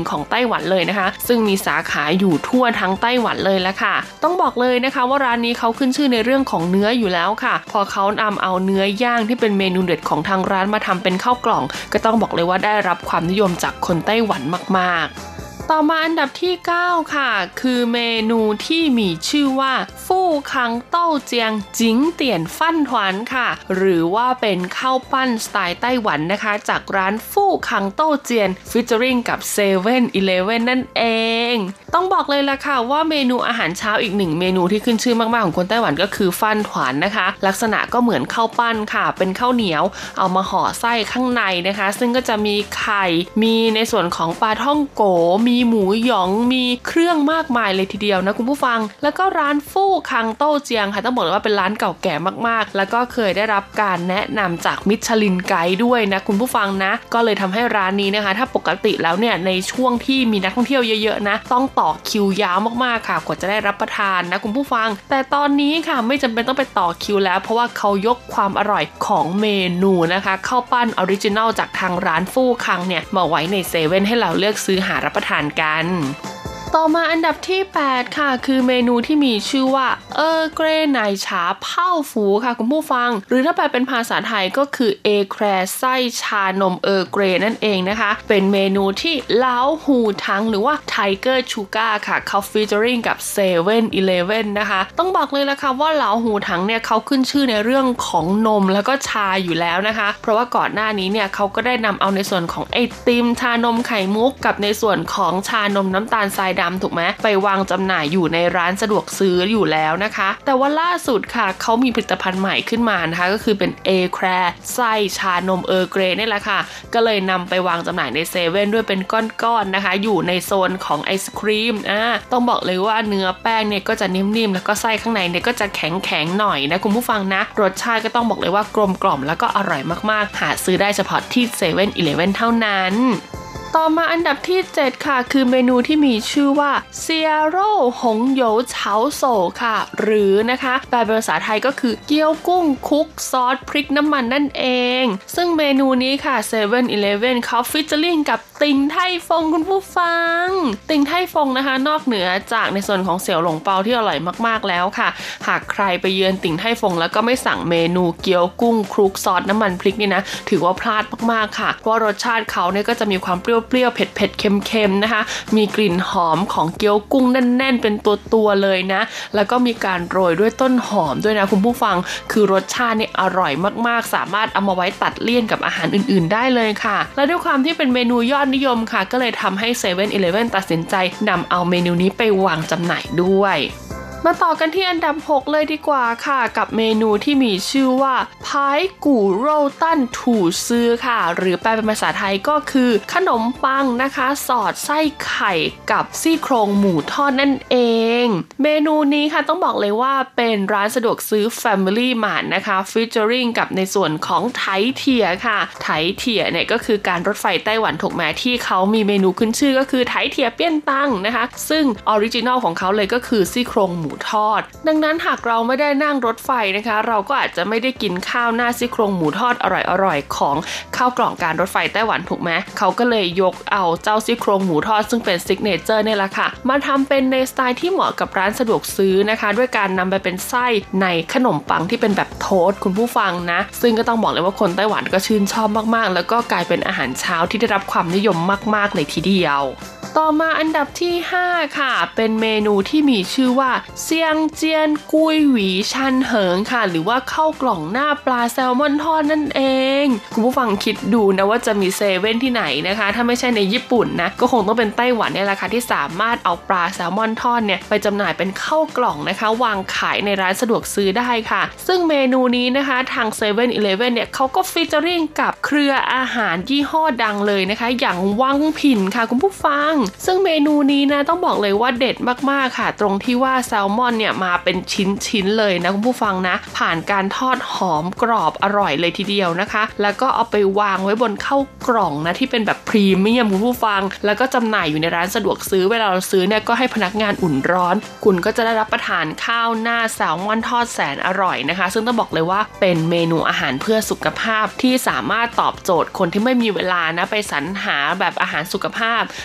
งของไต้หวันเลยนะคะซึ่งมีสาขาอยู่ทั่วทั้งไต้หวันเลยละค่ะต้องบอกเลยนะคะว่าร้านนี้เขาขึ้นชื่อในเรื่องของเนื้ออยู่แล้วค่ะพอเขานำเอาเนื้อย่างที่เป็นเมนูเด็ดของทางร้านมาทำเป็นข้าวกล่องก็ต้องบอกเลยว่าได้รับความนิยมจากคนไต้หวันมากๆต่อมาอันดับที่เก้าค่ะคือเมนูที่มีชื่อว่าฟู่คังเต้าเจียงจิงเตี่ยนฟั่นถวนค่ะหรือว่าเป็นข้าวปั้นสไตล์ไต้หวันนะคะจากร้านฟู่คังเต้าเจียนฟิชเจอริงกับเซเว่นอีเลฟเว่นนั่นเองต้องบอกเลยล่ะค่ะว่าเมนูอาหารเช้าอีกหนึ่งเมนูที่ขึ้นชื่อมากๆของคนไต้หวันก็คือฟั่นถวนนะคะลักษณะก็เหมือนข้าวปั้นค่ะเป็นข้าวเหนียวเอามาห่อไส้ข้างในนะคะซึ่งก็จะมีไข่มีในส่วนของปลาท่องโกมีหมูหยองมีเครื่องมากมายเลยทีเดียวนะคุณผู้ฟังแล้วก็ร้านฟู่คังเต้าเจียงค่ะต้องบอกเลยว่าเป็นร้านเก่าแก่มากๆแล้วก็เคยได้รับการแนะนำจากมิชลินไกด์ด้วยนะคุณผู้ฟังนะก็เลยทำให้ร้านนี้นะคะถ้าปกติแล้วเนี่ยในช่วงที่มีนักท่องเที่ยวเยอะๆนะต้องต่อคิวยาวมากๆค่ะกว่าจะได้รับประทานนะคุณผู้ฟังแต่ตอนนี้ค่ะไม่จำเป็นต้องไปต่อคิวแล้วเพราะว่าเขายกความอร่อยของเมนูนะคะข้าวปั้นออริจินัลจากทางร้านฟู่คังเนี่ยมาไว้ในเซเว่นให้เราเลือกซื้อหารับประทานกันต่อมาอันดับที่แปดค่ะคือเมนูที่มีชื่อว่าเออเกรไนฉาเผ่าฟูค่ะคุณผู้ฟังหรือถ้าแปลเป็นภาษาไทยก็คือเอแครไส้ชานมเออเกรนั่นเองนะคะเป็นเมนูที่เล้าหูทั้งหรือว่าไทเกอร์ชูการ์ค่ะเขาฟีเจอริงกับเซเว่นอีเลฟเว่นนะคะต้องบอกเลยละค่ะว่าเล้าหูทั้งเนี่ยเขาขึ้นชื่อในเรื่องของนมแล้วก็ชาอยู่แล้วนะคะเพราะว่าก่อนหน้านี้เนี่ยเขาก็ได้นำเอาในส่วนของไอติมชานมไข่มุกกับในส่วนของชานมน้ำตาลทรายถูกไหมไปวางจำหน่ายอยู่ในร้านสะดวกซื้ออยู่แล้วนะคะแต่ว่าล่าสุดค่ะเขามีผลิตภัณฑ์ใหม่ขึ้นมานะคะก็คือเป็นเอแครไส้ชานมเออเกรนี่แหละค่ะก็เลยนำไปวางจำหน่ายในเซเว่นด้วยเป็นก้อนๆนะคะอยู่ในโซนของไอศครีมอ่าต้องบอกเลยว่าเนื้อแป้งเนี่ยก็จะนิ่มๆแล้วก็ไส้ข้างในเนี่ยก็จะแข็งๆหน่อยนะคุณผู้ฟังนะรสชาติก็ต้องบอกเลยว่ากลมกล่อมแล้วก็อร่อยมากๆหาซื้อได้เฉพาะที่เซเว่นอีเลฟเว่นเท่านั้นต่อมาอันดับที่เจ็ดค่ะคือเมนูที่มีชื่อว่าเซียโร่หงโหยวเฉาโซค่ะหรือนะคะแปลเป็นภาษาไทยก็คือเกี๊ยวกุ้งคลุกซอสพริกน้ำมันนั่นเองซึ่งเมนูนี้ค่ะ เซเว่นอีเลฟเว่น เขาฟิชเจอริงกับติ่งไทฟงคุณผู้ฟังติ่งไทฟงนะคะนอกเหนือจากในส่วนของเสี่ยวหลงเปาที่อร่อยมากๆแล้วค่ะหากใครไปเยือนติ่งไทฟงแล้วก็ไม่สั่งเมนูเกี๊ยวกุ้งคลุกซอสน้ำมันพริกนี่นะถือว่าพลาดมากๆค่ะเพราะรสชาติเขาเนี่ยก็จะมีความเปรี้ยวเปรี้ยวเผ็ดเผ็ดเค็มๆนะคะมีกลิ่นหอมของเกี๊ยวกุ้งแน่นๆเป็นตัวๆเลยนะแล้วก็มีการโรยด้วยต้นหอมด้วยนะคุณผู้ฟังคือรสชาติเนี่ยอร่อยมากๆสามารถเอามาไว้ตัดเลี่ยนกับอาหารอื่นๆได้เลยค่ะและด้วยความที่เป็นเมนูยอดนิยมค่ะก็เลยทำให้ เซเว่นอีเลฟเว่น ตัดสินใจนำเอาเมนูนี้ไปวางจำหน่ายด้วยมาต่อกันที่อันดับหกเลยดีกว่าค่ะกับเมนูที่มีชื่อว่าพายกู่โรตันถูซื้อค่ะหรือแปลเป็นภาษาไทยก็คือขนมปังนะคะสอดไส้ไข่กับซี่โครงหมูทอดนั่นเองเมนูนี้ค่ะต้องบอกเลยว่าเป็นร้านสะดวกซื้อ Family Mart นะคะฟีเจอริงกับในส่วนของไถเถี่ยค่ะไถเถี่ยเนี่ยก็คือการรถไฟไต้หวันถูกไหมที่เขามีเมนูขึ้นชื่อก็คือไถเถี่ยเปี้ยนตังนะคะซึ่งออริจินอลของเขาเลยก็คือซี่โครงหมูทอดดังนั้นหากเราไม่ได้นั่งรถไฟนะคะเราก็อาจจะไม่ได้กินข้าวหน้าซี่โครงหมูทอดอร่อยๆของข้าวกล่องการรถไฟไต้หวันถูกไหมเขาก็เลยยกเอาเจ้าซี่โครงหมูทอดซึ่งเป็นซิกเนเจอร์เนี่ยแหละค่ะมาทำเป็นในสไตล์ที่เหมาะกับร้านสะดวกซื้อนะคะด้วยการนำไปเป็นไส้ในขนมปังที่เป็นแบบโทสต์คุณผู้ฟังนะซึ่งก็ต้องบอกเลยว่าคนไต้หวันก็ชื่นชอบมากๆแล้วก็กลายเป็นอาหารเช้าที่ได้รับความนิยมมากๆเลยทีเดียวต่อมาอันดับที่ห้าค่ะเป็นเมนูที่มีชื่อว่าเซียงเจียนกุยหวีชันเหิงค่ะหรือว่าข้าวกล่องหน้าปลาแซลมอนทอดนั่นเองคุณผู้ฟังคิดดูนะว่าจะมีเซเว่นที่ไหนนะคะถ้าไม่ใช่ในญี่ปุ่นนะก็คงต้องเป็นไต้หวันเนี่ยแหละค่ะที่สามารถเอาปลาแซลมอนทอดเนี่ยไปจำหน่ายเป็นข้าวกล่องนะคะวางขายในร้านสะดวกซื้อได้ค่ะซึ่งเมนูนี้นะคะทาง เซเว่นอีเลฟเว่น เนี่ยเขาก็ฟีเจอริงกับเครืออาหารยี่ห้อดังเลยนะคะอย่างวังผินค่ะคุณผู้ฟังซึ่งเมนูนี้นะต้องบอกเลยว่าเด็ดมากๆค่ะตรงที่ว่าแซลมอนเนี่ยมาเป็นชิ้นๆเลยนะคุณผู้ฟังนะผ่านการทอดหอมกรอบอร่อยเลยทีเดียวนะคะแล้วก็เอาไปวางไว้บนข้าวกล่องนะที่เป็นแบบพรีเมียมคุณผู้ฟังแล้วก็จำหน่ายอยู่ในร้านสะดวกซื้อเวลาเราซื้อเนี่ยก็ให้พนักงานอุ่นร้อนคุณก็จะได้รับประทานข้าวหน้าแซลมอนทอดแสนอร่อยนะคะซึ่งต้องบอกเลยว่าเป็นเมนูอาหารเพื่อสุขภาพที่สามารถตอบโจทย์คนที่ไม่มีเวลานะไปสรรหาแบบอาหารสุขภาพเข้าเซ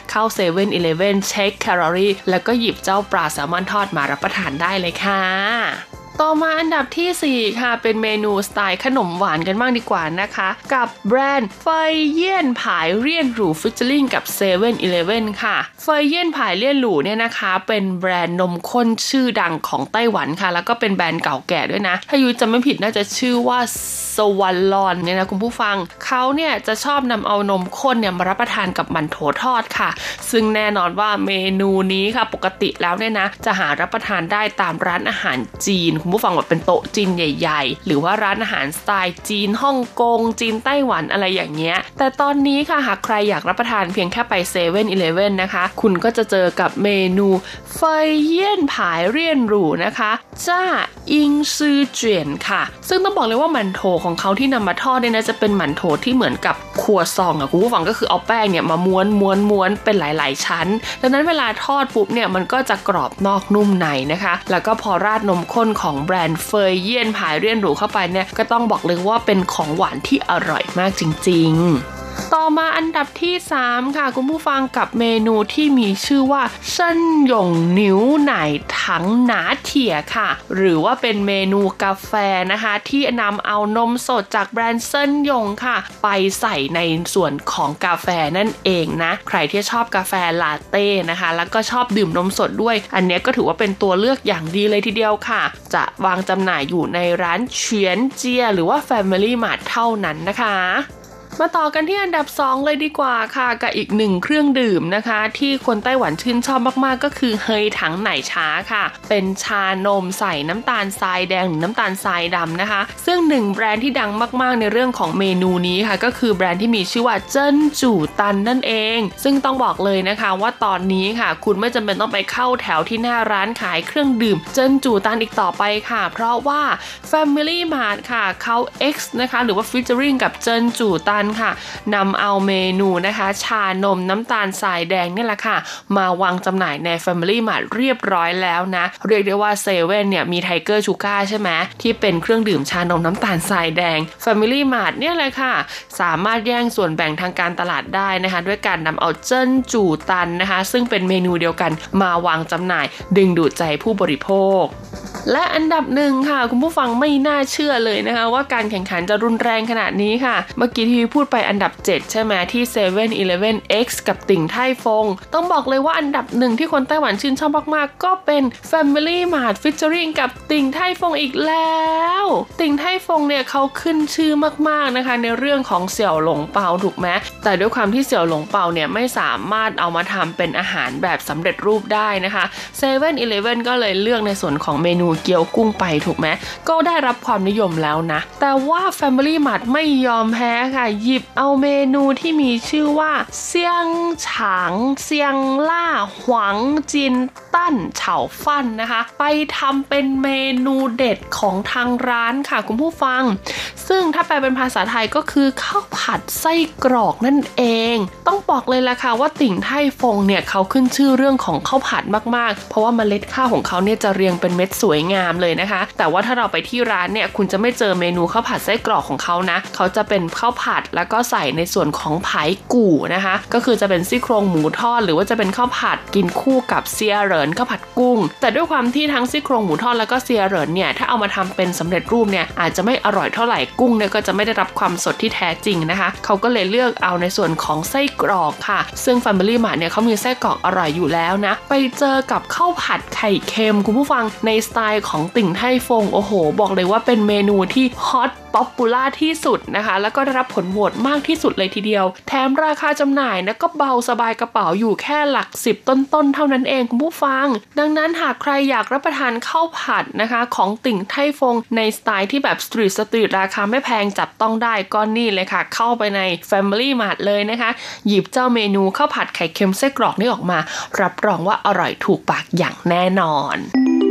เว่นอีเลฟเว่น เช็คแคลอรี่แล้วก็หยิบเจ้าปลาแซลมอนทอดมารับประทานได้เลยค่ะต่อมาอันดับที่สี่ค่ะเป็นเมนูสไตล์ขนมหวานกันบ้างดีกว่านะคะกับแบรนด์เฟยเยี่ยนผายเรี่ยนหรูฟิชเชอริงกับ เซเว่นอีเลฟเว่น ค่ะเฟยเยี่ยนผายเรี่ยนหรูเนี่ยนะคะเป็นแบรนด์นมข้นชื่อดังของไต้หวันค่ะแล้วก็เป็นแบรนด์เก่าแก่ด้วยนะถ้ายูจำไม่ผิดน่าจะชื่อว่าสวัลลอนเนี่ยนะคุณผู้ฟังเขาเนี่ยจะชอบนำเอานมข้นเนี่ยมารับประทานกับหมั่นโถทอดค่ะซึ่งแน่นอนว่าเมนูนี้ค่ะปกติแล้วเนี่ยนะจะหารับประทานได้ตามร้านอาหารจีนคุณผู้ฟังแบบเป็นโต๊ะจีนใหญ่ๆหรือว่าร้านอาหารสไตล์จีนฮ่องกงจีนไต้หวันอะไรอย่างเงี้ยแต่ตอนนี้ค่ะหากใครอยากรับประทานเพียงแค่ไป เซเว่นอีเลฟเว่น นะคะคุณก็จะเจอกับเมนูเฟยเยี่ยนผายเรี่ยนหรูนะคะจ้าอิงซือเจียนค่ะซึ่งต้องบอกเลยว่าหมั่นโถของเขาที่นำมาทอดเนี่ยนะจะเป็นหมั่นโถที่เหมือนกับครัวซองอ่ะคุณผู้ฟังก็คือเอาแป้งเนี่ยมาม้วนม้วนม้วนเป็นหลายๆชั้นดังนั้นเวลาทอดปุ๊บเนี่ยมันก็จะกรอบนอกนุ่มในนะคะแล้วก็พอราดนมข้นของแบรนด์เฟยเยี่ยนผายเรี่ยนหรูเข้าไปเนี่ยก็ต้องบอกเลยว่าเป็นของหวานที่อร่อยมากจริงๆต่อมาอันดับที่สามค่ะคุณผู้ฟังกับเมนูที่มีชื่อว่าเซินหยงนิ้วไหนถังหนาเถี่ยค่ะหรือว่าเป็นเมนูกาแฟนะคะที่นำเอานมสดจากแบรนด์เซินหยงค่ะไปใส่ในส่วนของกาแฟนั่นเองนะใครที่ชอบกาแฟลาเต้นะคะแล้วก็ชอบดื่มนมสดด้วยอันนี้ก็ถือว่าเป็นตัวเลือกอย่างดีเลยทีเดียวค่ะจะวางจำหน่ายอยู่ในร้านเฉียนเจียหรือว่า Family Mart เท่านั้นนะคะมาต่อกันที่อันดับสองเลยดีกว่าค่ะกับอีกหนึ่งเครื่องดื่มนะคะที่คนไต้หวันชื่นชอบมากๆก็คือเฮยถังไหนช้าค่ะเป็นชานมใส่น้ำตาลทรายแดงหรือน้ำตาลทรายดำนะคะซึ่งหนึ่งแบรนด์ที่ดังมากๆในเรื่องของเมนูนี้ค่ะก็คือแบรนด์ที่มีชื่อว่าเจิ้นจู่ตันนั่นเองซึ่งต้องบอกเลยนะคะว่าตอนนี้ค่ะคุณไม่จำเป็นต้องไปเข้าแถวที่หน้าร้านขายเครื่องดื่มเจิ้นจู่ตันอีกต่อไปค่ะเพราะว่า Family Mart ค่ะเขา X นะคะหรือว่า featuring กับเจิ้นจู่ตันค่ะนำเอาเมนูนะคะชานมน้ำตาลทรายแดงนี่แหละค่ะมาวางจำหน่ายใน Family Mart เรียบร้อยแล้วนะเรียกได้ว่าเซเว่นเนี่ยมีไทเกอร์ชูการ์ใช่ไหมที่เป็นเครื่องดื่มชานมน้ำตาลทรายแดง Family Mart เนี่ยแหละค่ะสามารถแย่งส่วนแบ่งทางการตลาดได้นะคะด้วยการนำเอาเจิ้นจู่ตันนะคะซึ่งเป็นเมนูเดียวกันมาวางจำหน่ายดึงดูดใจผู้บริโภคและอันดับหนึ่งค่ะคุณผู้ฟังไม่น่าเชื่อเลยนะคะว่าการแข่งขันจะรุนแรงขนาดนี้ค่ะเมื่อกี้ที่พูดไปอันดับเจ็ดใช่ไหมที่ เซเว่นอีเลฟเว่น เอ็กซ์ กับติ่งไท่ฟงต้องบอกเลยว่าอันดับหนึ่งที่คนไต้หวันชื่นชอบมากๆก็เป็น Family Mart featuring กับติ่งไท่ฟงอีกแล้วติ่งไท่ฟงเนี่ยเขาขึ้นชื่อมากๆนะคะในเรื่องของเสี่ยวหลงเปาถูกไหมแต่ด้วยความที่เสี่ยวหลงเปาเนี่ยไม่สามารถเอามาทำเป็นอาหารแบบสำเร็จรูปได้นะคะ เซเว่นอีเลฟเว่น ก็เลยเลือกในส่วนของเมนูเกี๊ยวกุ้งไปถูกไหมก็ได้รับความนิยมแล้วนะแต่ว่า Family Mart ไม่ยอมแพ้ค่ะหยิบเอาเมนูที่มีชื่อว่าเซียงฉางเซียงล่าหวังจินตั้นเฉาฟั่นนะคะไปทำเป็นเมนูเด็ดของทางร้านค่ะคุณผู้ฟังซึ่งถ้าแปลเป็นภาษาไทยก็คือข้าวผัดไส้กรอกนั่นเองต้องบอกเลยล่ะค่ะว่าติ่งไท่ฟงเนี่ยเขาขึ้นชื่อเรื่องของข้าวผัดมากๆเพราะว่าเมล็ดข้าวของเขาเนี่ยจะเรียงเป็นเม็ดสวยงามเลยนะคะแต่ว่าถ้าเราไปที่ร้านเนี่ยคุณจะไม่เจอเมนูข้าวผัดไส้กรอกของเขานะเขาจะเป็นข้าวผัดแล้วก็ใส่ในส่วนของไผ่กู่นะคะก็คือจะเป็นซี่โครงหมูทอดหรือว่าจะเป็นข้าวผัดกินคู่กับเซียเหรินข้าวผัดกุ้งแต่ด้วยความที่ทั้งซี่โครงหมูทอดแล้วก็เซียเหรินเนี่ยถ้าเอามาทำเป็นสำเร็จรูปเนี่ยอาจจะไม่อร่อยเท่าไหร่กุ้งเนี่ยก็จะไม่ได้รับความสดที่แท้จริงนะคะเขาก็เลยเลือกเอาในส่วนของไส้กรอกค่ะซึ่ง Family Mart เนี่ยเขามีไส้กรอกอร่อยอยู่แล้วนะไปเจอกับข้าวผัดไข่เค็มคุณผู้ฟังในสไตล์ของติ่งไท่ฟงโอ้โหบอกเลยว่าเป็นเมนูที่ฮอตป๊อปปูล่าที่สุดนะคะแล้วก็ได้รับผลโหวตมากที่สุดเลยทีเดียวแถมราคาจำหน่ายนะก็เบาสบายกระเป๋าอยู่แค่หลักสิบต้นๆเท่านั้นเองคุณผู้ฟังดังนั้นหากใครอยากรับประทานข้าวผัดนะคะของติ่งไท่ฟงในสไตล์ที่แบบสตรีทสตรีทราคาไม่แพงจับต้องได้ก็นี่เลยค่ะเข้าไปใน Family Mart เลยนะคะหยิบเจ้าเมนูข้าวผัดไข่เค็มไส้กรอกนี่ออกมารับรองว่าอร่อยถูกปากอย่างแน่นอน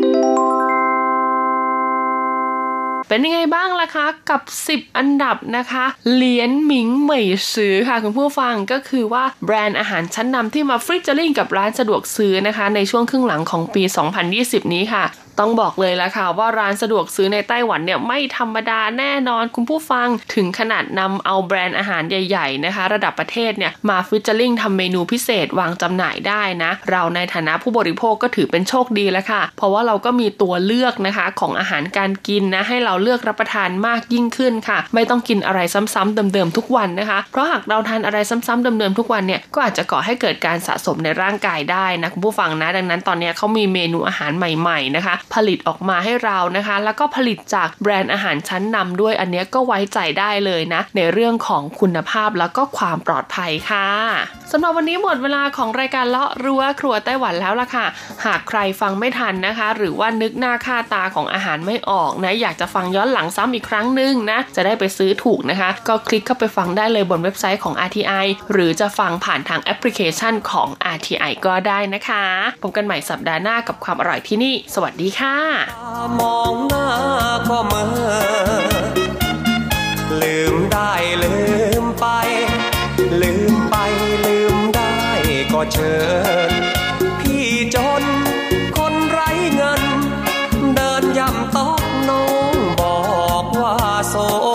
เป็นยังไงบ้างล่ะคะกับสิบอันดับนะคะเหลียนหมิงเหมยซื้อค่ะคุณผู้ฟังก็คือว่าแบรนด์อาหารชั้นนำที่มาฟีเจอริ่งกับร้านสะดวกซื้อนะคะในช่วงครึ่งหลังของปีสองพันยี่สิบนี้ค่ะต้องบอกเลยละค่ะว่าร้านสะดวกซื้อในไต้หวันเนี่ยไม่ธรรมดาแน่นอนคุณผู้ฟังถึงขนาดนำเอาแบรนด์อาหารใหญ่ๆนะคะระดับประเทศเนี่ยมาฟีเจอริ่งทำเมนูพิเศษวางจำหน่ายได้นะเราในฐานะผู้บริโภคก็ถือเป็นโชคดีแล้วค่ะเพราะว่าเราก็มีตัวเลือกนะคะของอาหารการกินนะให้เราเลือกรับประทานมากยิ่งขึ้นค่ะไม่ต้องกินอะไรซ้ำๆเดิมๆทุกวันนะคะเพราะหากเราทานอะไรซ้ำๆเดิมๆทุกวันเนี่ยก็อาจจะก่อให้เกิดการสะสมในร่างกายได้นะคุณผู้ฟังนะดังนั้นตอนนี้เขามีเมนูอาหารใหม่ๆนะคะผลิตออกมาให้เรานะคะแล้วก็ผลิตจากแบรนด์อาหารชั้นนำด้วยอันนี้ก็ไว้ใจได้เลยนะในเรื่องของคุณภาพแล้วก็ความปลอดภัยค่ะสำหรับวันนี้หมดเวลาของรายการเลาะรั้วครัวไต้หวันแล้วล่ะค่ะหากใครฟังไม่ทันนะคะหรือว่านึกหน้าค่าตาของอาหารไม่ออกนะอยากจะฟังย้อนหลังซ้ำอีกครั้งนึงนะจะได้ไปซื้อถูกนะคะก็คลิกเข้าไปฟังได้เลยบนเว็บไซต์ของ อาร์ ที ไอ หรือจะฟังผ่านทางแอปพลิเคชันของ อาร์ ที ไอ ก็ได้นะคะพบกันใหม่สัปดาห์หน้ากับความอร่อยที่นี่สวัสดีค่ะมองหน้าก็เมื่อลืมได้ลืมไปลืมไปลืมได้ก็เชิญพี่จนคนไร้เงินเดินย่ำต๊อกน้องบอกว่าโส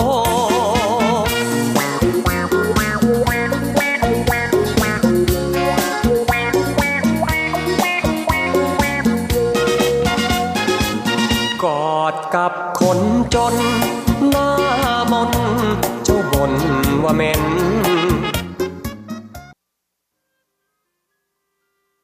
กอดกับคนจนหน้ามนเจ้าบ่นว่าเหม็น